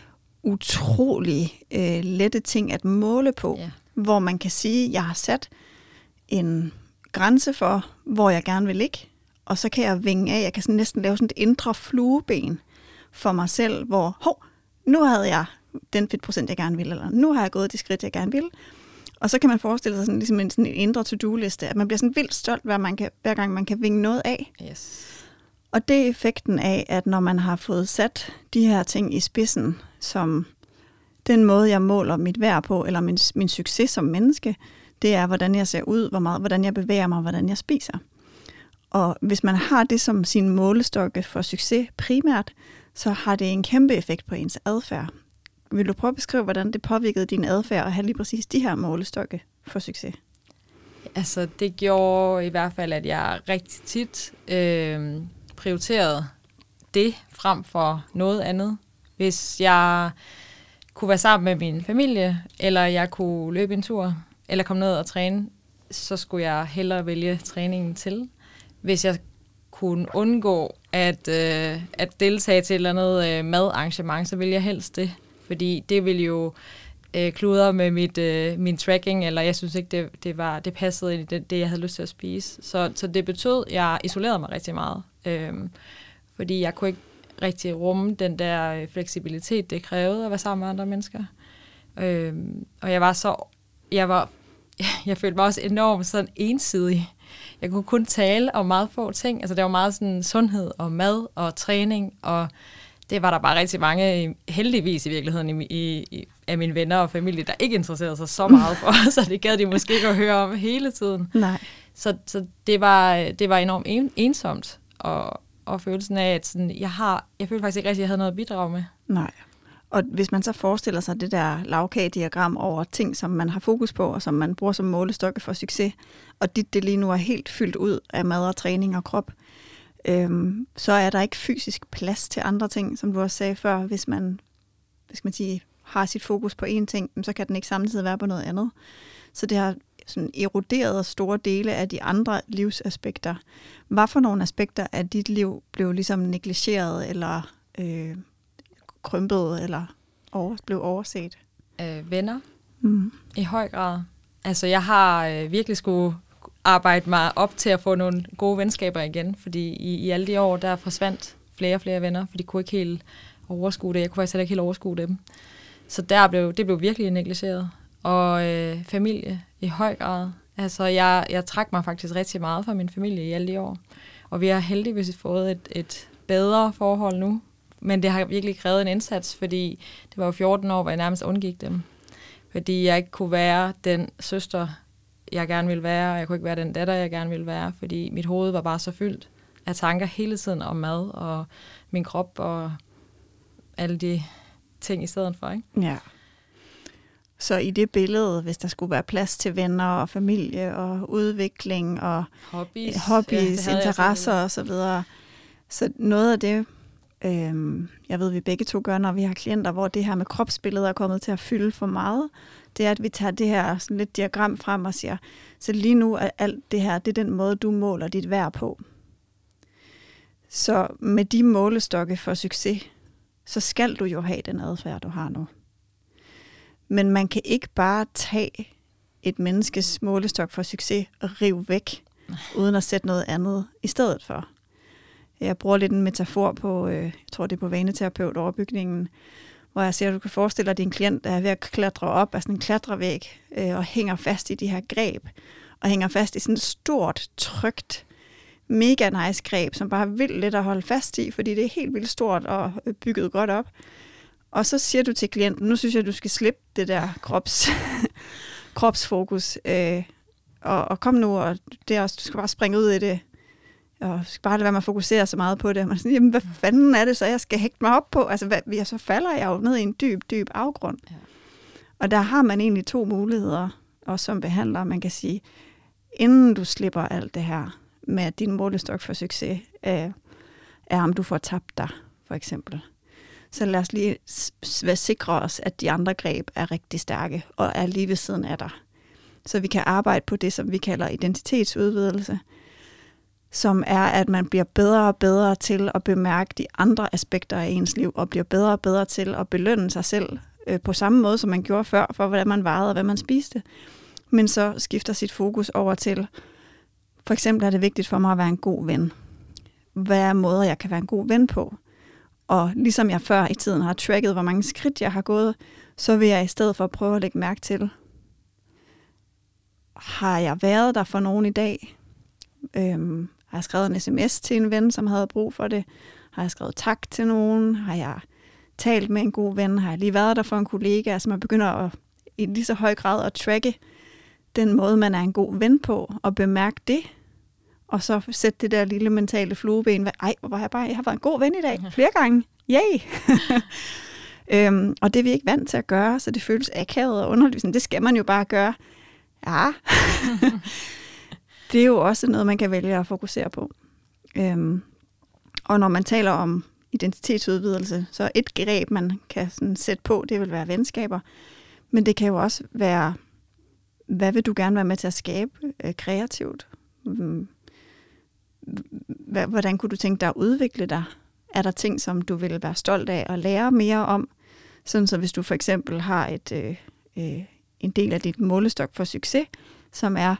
utrolig øh, lette ting at måle på, yeah. hvor man kan sige, at jeg har sat en grænse for, hvor jeg gerne vil ligge, og så kan jeg vinge af, jeg kan sådan næsten lave sådan et indre flueben for mig selv, hvor, hov, nu havde jeg den fedtprocent, jeg gerne vil, eller nu har jeg gået de skridt, jeg gerne vil. Og så kan man forestille sig sådan, ligesom en, sådan en indre to-do-liste, at man bliver sådan vildt stolt, hver, man kan, hver gang man kan vinge noget af. Yes. Og det er effekten af, at når man har fået sat de her ting i spidsen, som den måde, jeg måler mit værd på, eller min, min succes som menneske, det er, hvordan jeg ser ud, hvor meget, hvordan jeg bevæger mig, hvordan jeg spiser. Og hvis man har det som sin målestokke for succes primært, så har det en kæmpe effekt på ens adfærd. Vil du prøve at beskrive, hvordan det påvirkede din adfærd at have lige præcis de her målestokke for succes? Altså, det gjorde i hvert fald, at jeg rigtig tit øh, prioriterede det frem for noget andet. Hvis jeg kunne være sammen med min familie, eller jeg kunne løbe en tur, eller komme ned og træne, så skulle jeg hellere vælge træningen til. Hvis jeg kunne undgå at, øh, at deltage til et eller andet øh, madarrangement, så ville jeg helst det. Fordi det ville jo øh, kludre med mit, øh, min tracking, eller jeg synes ikke, det, det, var, det passede ind i det, det, jeg havde lyst til at spise. Så, så det betød, at jeg isolerede mig rigtig meget. Øhm, fordi jeg kunne ikke rigtig rumme den der fleksibilitet, det krævede at være sammen med andre mennesker. Øhm, og jeg var så, jeg var jeg følte mig også enormt sådan ensidig. Jeg kunne kun tale om meget få ting. Altså, det var meget sådan sundhed og mad og træning, og det var der bare rigtig mange, heldigvis i virkeligheden, i, i, af mine venner og familie, der ikke interesserede sig så meget for, så det gad de måske ikke at høre om hele tiden. Nej. Så, så det, var, det var enormt en, ensomt, og, og følelsen af, at sådan, jeg, har, jeg følte faktisk ikke rigtig, at jeg havde noget at bidrage med. Nej. Og hvis man så forestiller sig det der lavkagediagram over ting, som man har fokus på, og som man bruger som målestokke for succes, og dit det lige nu er helt fyldt ud af mad og træning og krop, øhm, så er der ikke fysisk plads til andre ting, som du også sagde før. Hvis man, hvad skal man sige, har sit fokus på én ting, så kan den ikke samtidig være på noget andet. Så det har sådan eroderet store dele af de andre livsaspekter. Hvad for nogle aspekter af dit liv blev ligesom negligeret, eller øh, krympet, eller over, blev overset? Øh, venner. Mm. I høj grad. Altså, jeg har øh, virkelig skulle arbejde mig op til at få nogle gode venskaber igen, fordi i, i alle de år, der forsvandt flere og flere venner, for de kunne ikke helt overskue det. Jeg kunne faktisk heller ikke helt overskue dem. Så der blev, det blev virkelig negligeret. Og øh, familie i høj grad. Altså, jeg, jeg trak mig faktisk rigtig meget fra min familie i alle de år. Og vi har heldigvis fået et, et bedre forhold nu. Men det har virkelig krævet en indsats, fordi det var jo fjorten år, hvor jeg nærmest undgik dem. Fordi jeg ikke kunne være den søster, jeg gerne ville være, og jeg kunne ikke være den datter, jeg gerne ville være, fordi mit hoved var bare så fyldt af tanker hele tiden om mad og min krop og alle de ting i stedet for, ikke? Ja. Så i det billede, hvis der skulle være plads til venner og familie og udvikling og hobbies, hobbies ja, interesser og så videre, så noget af det, øhm, jeg ved, vi begge to gør, når vi har klienter, hvor det her med kropsbilleder er kommet til at fylde for meget, det er, at vi tager det her sådan lidt diagram frem og siger, så lige nu er alt det her, det er den måde, du måler dit værd på. Så med de målestokke for succes, så skal du jo have den adfærd, du har nu. Men man kan ikke bare tage et menneskes målestok for succes og rive væk, uden at sætte noget andet i stedet for. Jeg bruger lidt en metafor på, øh, jeg tror det er på vaneterapeut overbygningen, hvor jeg siger, at du kan forestille dig, at din klient er ved at klatre op af sådan en klatrevæg øh, og hænger fast i de her greb, og hænger fast i sådan et stort, trygt, mega nice greb, som bare er vildt let at holde fast i, fordi det er helt vildt stort og bygget godt op. Og så siger du til klienten, nu synes jeg, at du skal slippe det der krops, kropsfokus, øh, og, og kom nu, og det er også, du skal bare springe ud i det, og du skal bare lade være med at fokusere så meget på det. Og man siger, jamen hvad fanden er det så, jeg skal hægte mig op på? Altså, hvad, så falder jeg jo ned i en dyb, dyb afgrund. Ja. Og der har man egentlig to muligheder, også som behandler. Man kan sige, inden du slipper alt det her, med at din målestok for succes øh, er, om du får tabt dig, for eksempel. Så lad os lige sikre os, at de andre greb er rigtig stærke og er lige ved siden af dig. Så vi kan arbejde på det, som vi kalder identitetsudvidelse, som er, at man bliver bedre og bedre til at bemærke de andre aspekter af ens liv, og bliver bedre og bedre til at belønne sig selv øh, på samme måde, som man gjorde før, for hvordan man vejede og hvad man spiste. Men så skifter sit fokus over til, for eksempel er det vigtigt for mig at være en god ven. Hvad er måder, jeg kan være en god ven på? Og ligesom jeg før i tiden har tracket, hvor mange skridt jeg har gået, så vil jeg i stedet for prøve at lægge mærke til, har jeg været der for nogen i dag? Øhm, har jeg skrevet en sms til en ven, som havde brug for det? Har jeg skrevet tak til nogen? Har jeg talt med en god ven? Har jeg lige været der for en kollega? Så man begynder at, i lige så høj grad at tracke den måde, man er en god ven på, og bemærke det. Og så sætte det der lille mentale flueben. Ej, hvor har jeg bare, jeg har været en god ven i dag. Flere gange. Yay! øhm, og det er vi ikke vant til at gøre, så det føles akavet og underligt. Det skal man jo bare gøre. Ja. Det er jo også noget, man kan vælge at fokusere på. Øhm, og når man taler om identitetsudvidelse, så et greb, man kan sådan sætte på, det vil være venskaber. Men det kan jo også være, hvad vil du gerne være med til at skabe øh, kreativt? Hvordan kunne du tænke dig at udvikle dig? Er der ting, som du vil være stolt af at lære mere om? Sådan så hvis du for eksempel har et, øh, øh, en del af dit målestok for succes, som er,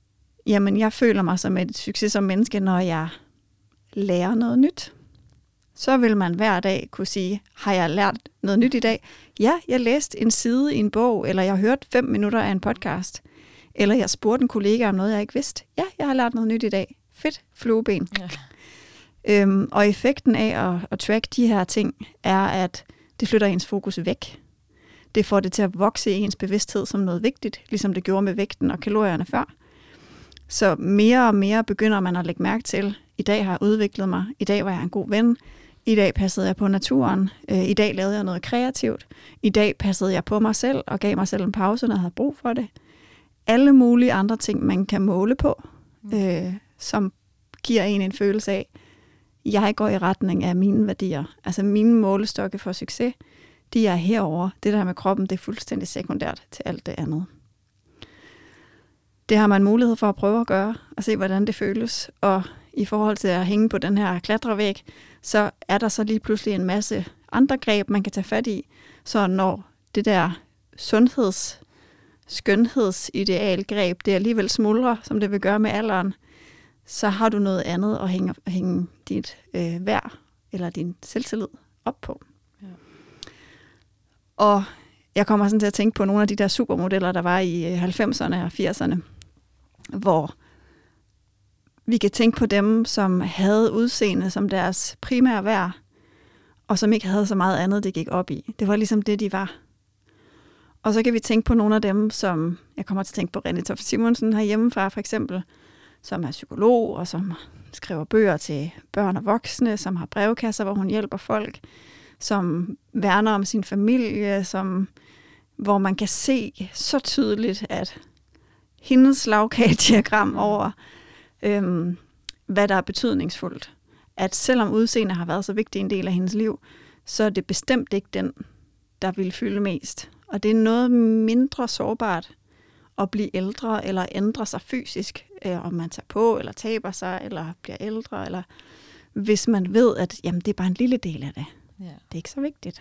jamen jeg føler mig som et succes som menneske, når jeg lærer noget nyt. så vil man hver dag kunne sige, har jeg lært noget nyt i dag? Ja, jeg læste en side i en bog, eller jeg har hørt fem minutter af en podcast, eller jeg spurgte en kollega om noget, jeg ikke vidste. Ja, jeg har lært noget nyt i dag. Fedt, flueben. Ja. Øhm, og effekten af at, at track de her ting, er, at det flytter ens fokus væk. Det får det til at vokse i ens bevidsthed som noget vigtigt, ligesom det gjorde med vægten og kalorierne før. Så mere og mere begynder man at lægge mærke til, i dag har jeg udviklet mig, i dag var jeg en god ven, i dag passede jeg på naturen, øh, i dag lavede jeg noget kreativt, i dag passede jeg på mig selv og gav mig selv en pause, når jeg havde brug for det. Alle mulige andre ting, man kan måle på, øh, som giver en en følelse af, jeg går i retning af mine værdier. Altså mine målestokke for succes, de er herover. Det der med kroppen, det er fuldstændig sekundært til alt det andet. Det har man mulighed for at prøve at gøre, og se, hvordan det føles. Og i forhold til at hænge på den her klatrevæg, så er der så lige pludselig en masse andre greb, man kan tage fat i. Så når det der sundheds, skønhedsidealgreb, det alligevel smuldrer, som det vil gøre med alderen, så har du noget andet at hænge, at hænge dit øh, værd eller din selvtillid op på. Ja. Og jeg kommer sådan til at tænke på nogle af de der supermodeller, der var i halvfemserne og firserne, hvor vi kan tænke på dem, som havde udseende som deres primære værd, og som ikke havde så meget andet, det gik op i. Det var ligesom det, de var. Og så kan vi tænke på nogle af dem, som, jeg kommer til at tænke på René Toft Simonsen herhjemmefra for eksempel, som er psykolog, og som skriver bøger til børn og voksne, som har brevkasser, hvor hun hjælper folk, som værner om sin familie, som, hvor man kan se så tydeligt, at hendes lavkagediagram over, øhm, hvad der er betydningsfuldt, at selvom udseende har været så vigtig en del af hendes liv, så er det bestemt ikke den, der vil fylde mest. Og det er noget mindre sårbart at blive ældre eller ændre sig fysisk, øh, om man tager på eller taber sig eller bliver ældre, eller hvis man ved, at jamen, det er bare en lille del af det. Yeah. Det er ikke så vigtigt.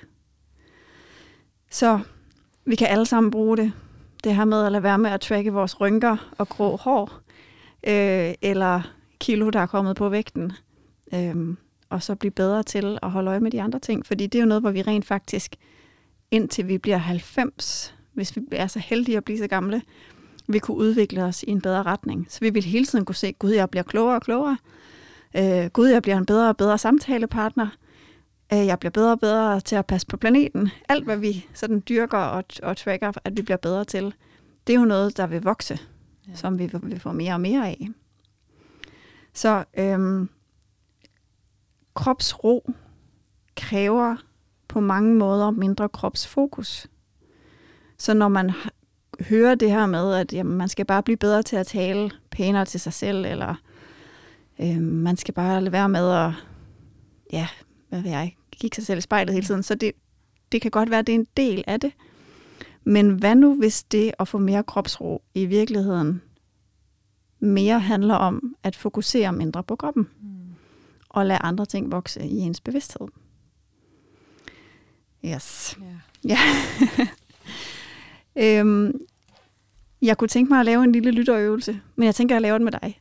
Så vi kan alle sammen bruge det. Det her med at lade være med at tracke vores rynker og grå hår, øh, eller kilo, der er kommet på vægten, øh, og så blive bedre til at holde øje med de andre ting. Fordi det er jo noget, hvor vi rent faktisk, indtil vi bliver halvfems, hvis vi er så heldige at blive så gamle, vi kunne udvikle os i en bedre retning. Så vi vil hele tiden kunne se, gud, jeg bliver klogere og klogere. Øh, gud, jeg bliver en bedre og bedre samtalepartner. Øh, jeg bliver bedre og bedre til at passe på planeten. Alt, hvad vi sådan dyrker og, og tracker, at vi bliver bedre til, det er jo noget, der vil vokse, ja. Som vi vil få mere og mere af. Så øhm, kropsro kræver på mange måder mindre kropsfokus. Så når man hører det her med, at jamen, man skal bare blive bedre til at tale pænere til sig selv, eller øh, man skal bare lade være med at, ja, hvad ved jeg, kigge sig selv i spejlet hele tiden. Så det, det kan godt være, at det er en del af det. Men hvad nu, hvis det at få mere kropsro i virkeligheden mere handler om at fokusere mindre på kroppen, mm. og lade andre ting vokse i ens bevidsthed? Yes. Yeah. Ja. øhm, jeg kunne tænke mig at lave en lille lytterøvelse, men jeg tænker, at jeg laver den med dig.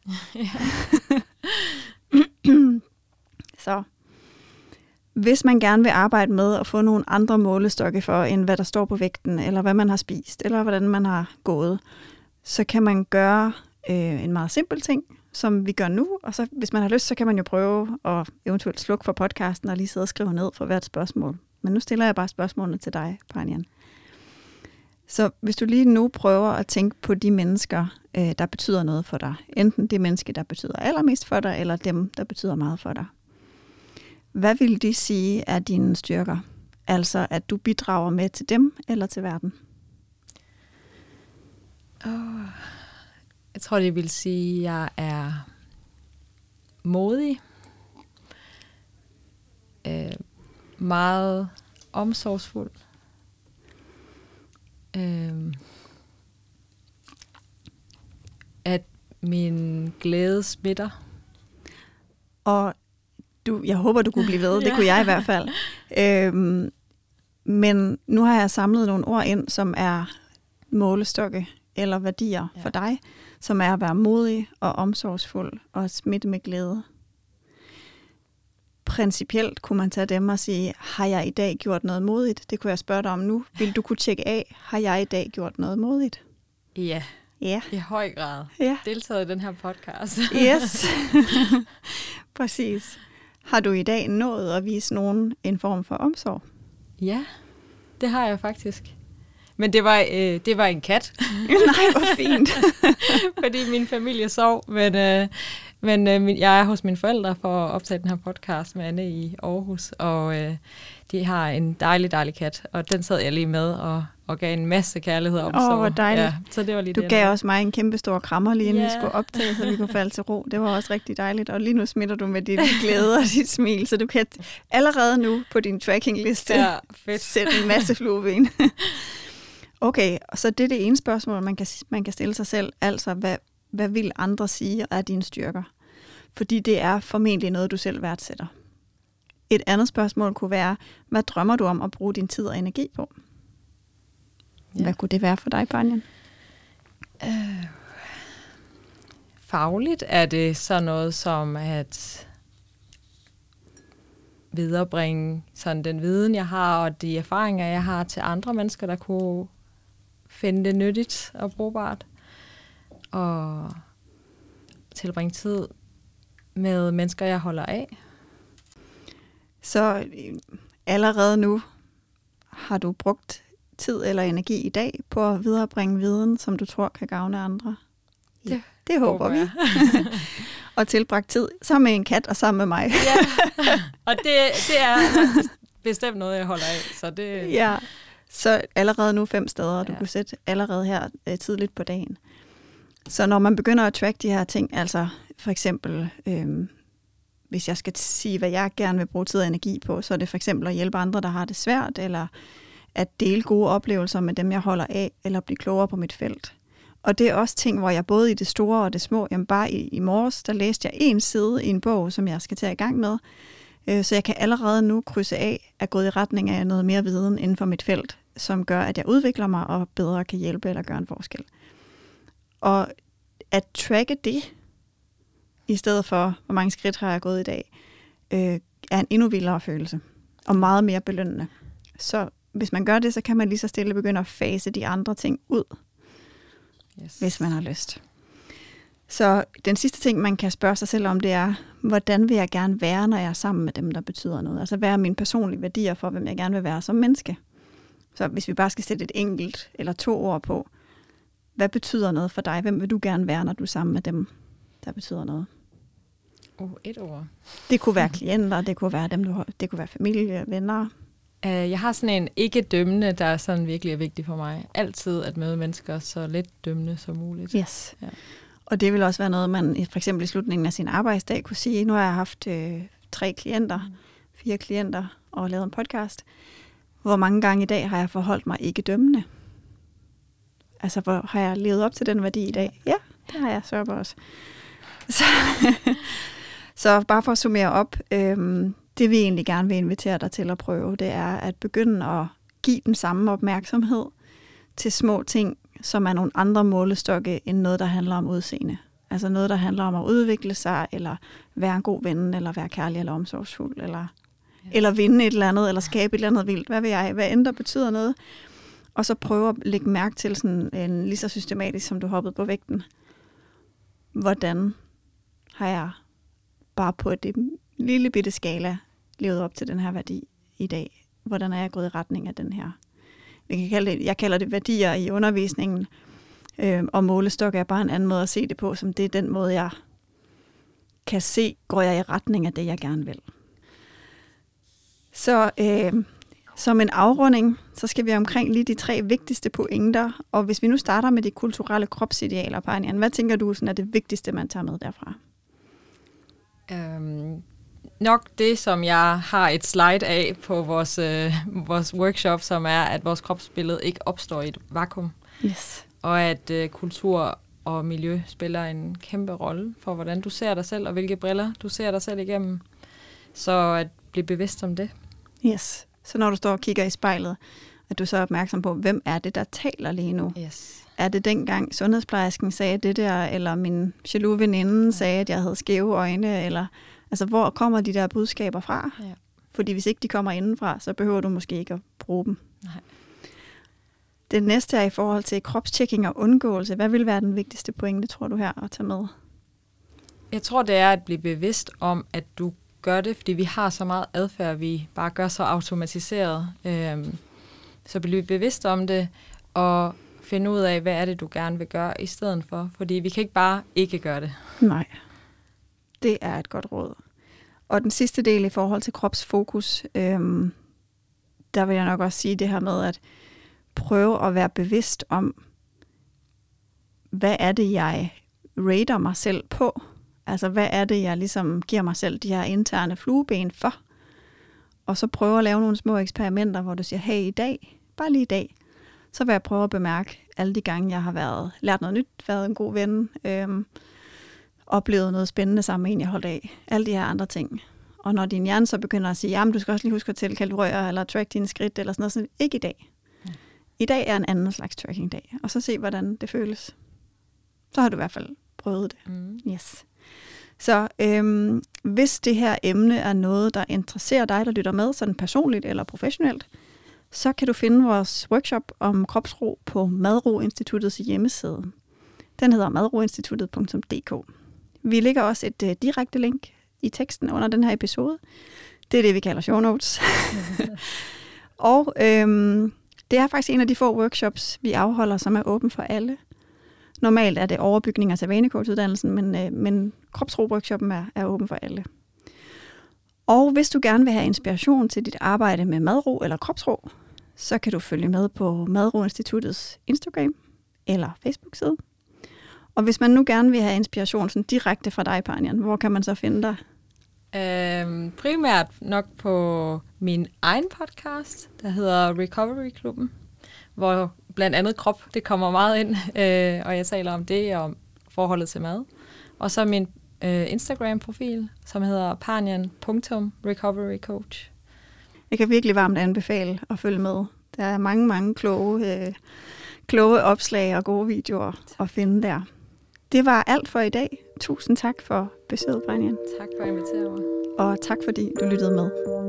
Så hvis man gerne vil arbejde med at få nogle andre målestokke for, end hvad der står på vægten, eller hvad man har spist, eller hvordan man har gået, så kan man gøre øh, en meget simpel ting, som vi gør nu, og så hvis man har lyst, så kan man jo prøve at eventuelt slukke for podcasten og lige sidde og skrive ned for hvert spørgsmål. Men nu stiller jeg bare spørgsmålene til dig, Panian. Så hvis du lige nu prøver at tænke på de mennesker, øh, der betyder noget for dig, enten det menneske, der betyder allermest for dig, eller dem, der betyder meget for dig. Hvad vil de sige er dine styrker? Altså, at du bidrager med til dem eller til verden? Oh, jeg tror, det vil sige, at jeg er modig, øh, meget omsorgsfuld, øh, at min glæde smitter. Og du, jeg håber, du kunne blive ved. Det kunne jeg i hvert fald. Øhm, men nu har jeg samlet nogle ord ind, som er målestokke eller værdier ja. For dig, som er at være modig og omsorgsfuld og smitte med glæde. principielt kunne man tage dem og sige, har jeg i dag gjort noget modigt? Det kunne jeg spørge dig om nu. Vil du kunne tjekke af, har jeg i dag gjort noget modigt? Ja, ja. I høj grad. Ja. Deltaget i den her podcast. Yes, præcis. Har du i dag nået at vise nogen en form for omsorg? Ja, det har jeg faktisk. Men det var, øh, det var en kat. Nej, hvor fint. Fordi min familie sov, men, øh, men øh, jeg er hos mine forældre for at optage den her podcast med Anne i Aarhus, og øh, de har en dejlig, dejlig kat, og den sad jeg lige med og, og gav en masse kærlighed om. Åh, oh, hvor dejligt. Ja, så det var lige du det, gav også mig en kæmpe stor krammer lige inden ja. vi skulle optage, så vi kunne falde til ro. Det var også rigtig dejligt, og lige nu smitter du med dit glæde og dit smil, så du kan allerede nu på din trackingliste ja, fedt. sætte en masse flueben. Okay, så det er det ene spørgsmål, man kan, man kan stille sig selv. Altså, hvad, hvad vil andre sige er dine styrker? Fordi det er formentlig noget, du selv værdsætter. Et andet spørgsmål kunne være, hvad drømmer du om at bruge din tid og energi på? Ja. Hvad kunne det være for dig, Banyan? Øh, fagligt er det sådan noget som at viderebringe sådan den viden, jeg har, og de erfaringer, jeg har til andre mennesker, der kunne finde det nyttigt og brugbart. Og tilbringe tid med mennesker, jeg holder af. Så allerede nu har du brugt tid eller energi i dag på at viderebringe viden, som du tror kan gavne andre? Det, det håber vi. Og tilbragt tid sammen med en kat og sammen med mig. Ja, og det, det er bestemt noget, jeg holder af. Så det... Ja, så allerede nu fem steder, og du ja. kunne sætte allerede her øh, tidligt på dagen. Så når man begynder at track de her ting, altså for eksempel, øh, hvis jeg skal sige, hvad jeg gerne vil bruge tid og energi på, så er det for eksempel at hjælpe andre, der har det svært, eller at dele gode oplevelser med dem, jeg holder af, eller blive klogere på mit felt. Og det er også ting, hvor jeg både i det store og det små, jamen bare i, i morges, der læste jeg en side i en bog, som jeg skal tage i gang med, øh, så jeg kan allerede nu krydse af, at gå i retning af noget mere viden inden for mit felt, som gør, at jeg udvikler mig og bedre kan hjælpe eller gøre en forskel. Og at tracke det, i stedet for, hvor mange skridt har jeg gået i dag, øh, er en endnu vildere følelse, og meget mere belønnende. Så hvis man gør det, så kan man lige så stille begynde at fase de andre ting ud, yes. hvis man har lyst. Så den sidste ting, man kan spørge sig selv om, det er, hvordan vil jeg gerne være, når jeg er sammen med dem, der betyder noget? Altså, hvad er mine personlige værdier for, hvem jeg gerne vil være som menneske? Så hvis vi bare skal sætte et enkelt eller to ord på, hvad betyder noget for dig? Hvem vil du gerne være, når du er sammen med dem, der betyder noget? Oh, et ord. Det kunne være klienter, det kunne være dem, du har, det kunne være familie, venner. Jeg har sådan en ikke-dømmende, der er sådan virkelig er vigtig for mig. Altid at møde mennesker så lidt dømmende som muligt. Yes. Ja. Og det vil også være noget, man for eksempel i slutningen af sin arbejdsdag kunne sige, nu har jeg haft øh, tre klienter, mm. fire klienter og lavet en podcast. Hvor mange gange i dag har jeg forholdt mig ikke dømmende? Altså, hvor har jeg levet op til den værdi i dag? Ja, det har jeg så også. Så, så bare for at summere op, øhm, det vi egentlig gerne vil invitere dig til at prøve, det er at begynde at give den samme opmærksomhed til små ting, som er nogle andre målestokke end noget, der handler om udseende. Altså noget, der handler om at udvikle sig, eller være en god ven, eller være kærlig eller omsorgsfuld, eller, ja. eller vinde et eller andet, eller skabe et eller andet vildt. Hvad vil jeg? Hvad end der betyder noget? Og så prøve at lægge mærke til sådan en lige så systematisk, som du hoppede på vægten. Hvordan har jeg bare på et lille bitte skala levet op til den her værdi i dag? Hvordan er jeg gået i retning af den her? Vi kan kalde det, jeg kalder det værdier i undervisningen, øh, og målestok er bare en anden måde at se det på, som det er den måde, jeg kan se, går jeg i retning af det, jeg gerne vil. Så øh, som en afrunding, så skal vi omkring lige de tre vigtigste pointer, og hvis vi nu starter med de kulturelle kropsidealer, Banyan, hvad tænker du sådan er det vigtigste, man tager med derfra? Øhm, nok det, som jeg har et slide af på vores, øh, vores workshop, som er, at vores kropsbillede ikke opstår i et vakuum. Yes. Og at øh, kultur og miljø spiller en kæmpe rolle for, hvordan du ser dig selv, og hvilke briller du ser dig selv igennem. Så at blive bevidst om det. Yes. Så når du står og kigger i spejlet, at du så er opmærksom på, hvem er det, der taler lige nu? Yes. Er det dengang sundhedsplejersken sagde det der, eller min jaloux veninde sagde, at jeg havde skæve øjne, eller Altså, hvor kommer de der budskaber fra? Ja. Fordi hvis ikke de kommer indenfra, så behøver du måske ikke at bruge dem. Nej. Det næste er i forhold til kropstjekking og undgåelse. Hvad vil være den vigtigste pointe, tror du, her at tage med? Jeg tror, det er at blive bevidst om, at du gør det, fordi vi har så meget adfærd, vi bare gør så automatiseret. Øhm, så bliv bevidst om det, og finde ud af, hvad er det, du gerne vil gøre i stedet for. Fordi vi kan ikke bare ikke gøre det. Nej, det er et godt råd. Og den sidste del i forhold til kropsfokus, øhm, der vil jeg nok også sige det her med, at prøve at være bevidst om, hvad er det, jeg rater mig selv på? Altså, hvad er det, jeg ligesom giver mig selv de her interne flueben for? Og så prøve at lave nogle små eksperimenter, hvor du siger, hey, i dag, bare lige i dag, så vil jeg prøve at bemærke alle de gange, jeg har været lært noget nyt, været en god ven, øhm, oplevet noget spændende sammen med en, jeg holdt af. Alle de her andre ting. Og når din hjerne så begynder at sige, jamen, du skal også lige huske at tælle kalorier, eller track dine skridt, eller sådan noget, så ikke i dag. Ja. I dag er en anden slags tracking-dag, og så se, hvordan det føles. Så har du i hvert fald prøvet det. Mm. Yes. Så øhm, hvis det her emne er noget, der interesserer dig, der lytter med, sådan personligt eller professionelt, så kan du finde vores workshop om kropsro på Madro Instituttets hjemmeside. Den hedder madroinstituttet punktum d k. Vi lægger også et uh, direkte link i teksten under den her episode. Det er det, vi kalder show notes. Og øhm, det er faktisk en af de få workshops, vi afholder, som er åben for alle. Normalt er det overbygninger til vanecoach-uddannelsen, men, øh, men kropsro-workshoppen er, er åben for alle. Og hvis du gerne vil have inspiration til dit arbejde med madro eller kropsro, så kan du følge med på Madro Instituttets Instagram eller Facebook-side. Og hvis man nu gerne vil have inspiration sådan direkte fra dig, Panjan, hvor kan man så finde dig? Øhm, primært nok på min egen podcast, der hedder Recovery Klubben, hvor blandt andet krop, det kommer meget ind, øh, og jeg taler om det og om forholdet til mad. Og så min øh, Instagram-profil, som hedder panjan punktum recovery coach. Jeg kan virkelig varmt anbefale at følge med. Der er mange, mange kloge, øh, kloge opslag og gode videoer at finde der. Det var alt for i dag. Tusind tak for besøget, Panjan. Tak for at invitere mig. Og tak fordi du lyttede med.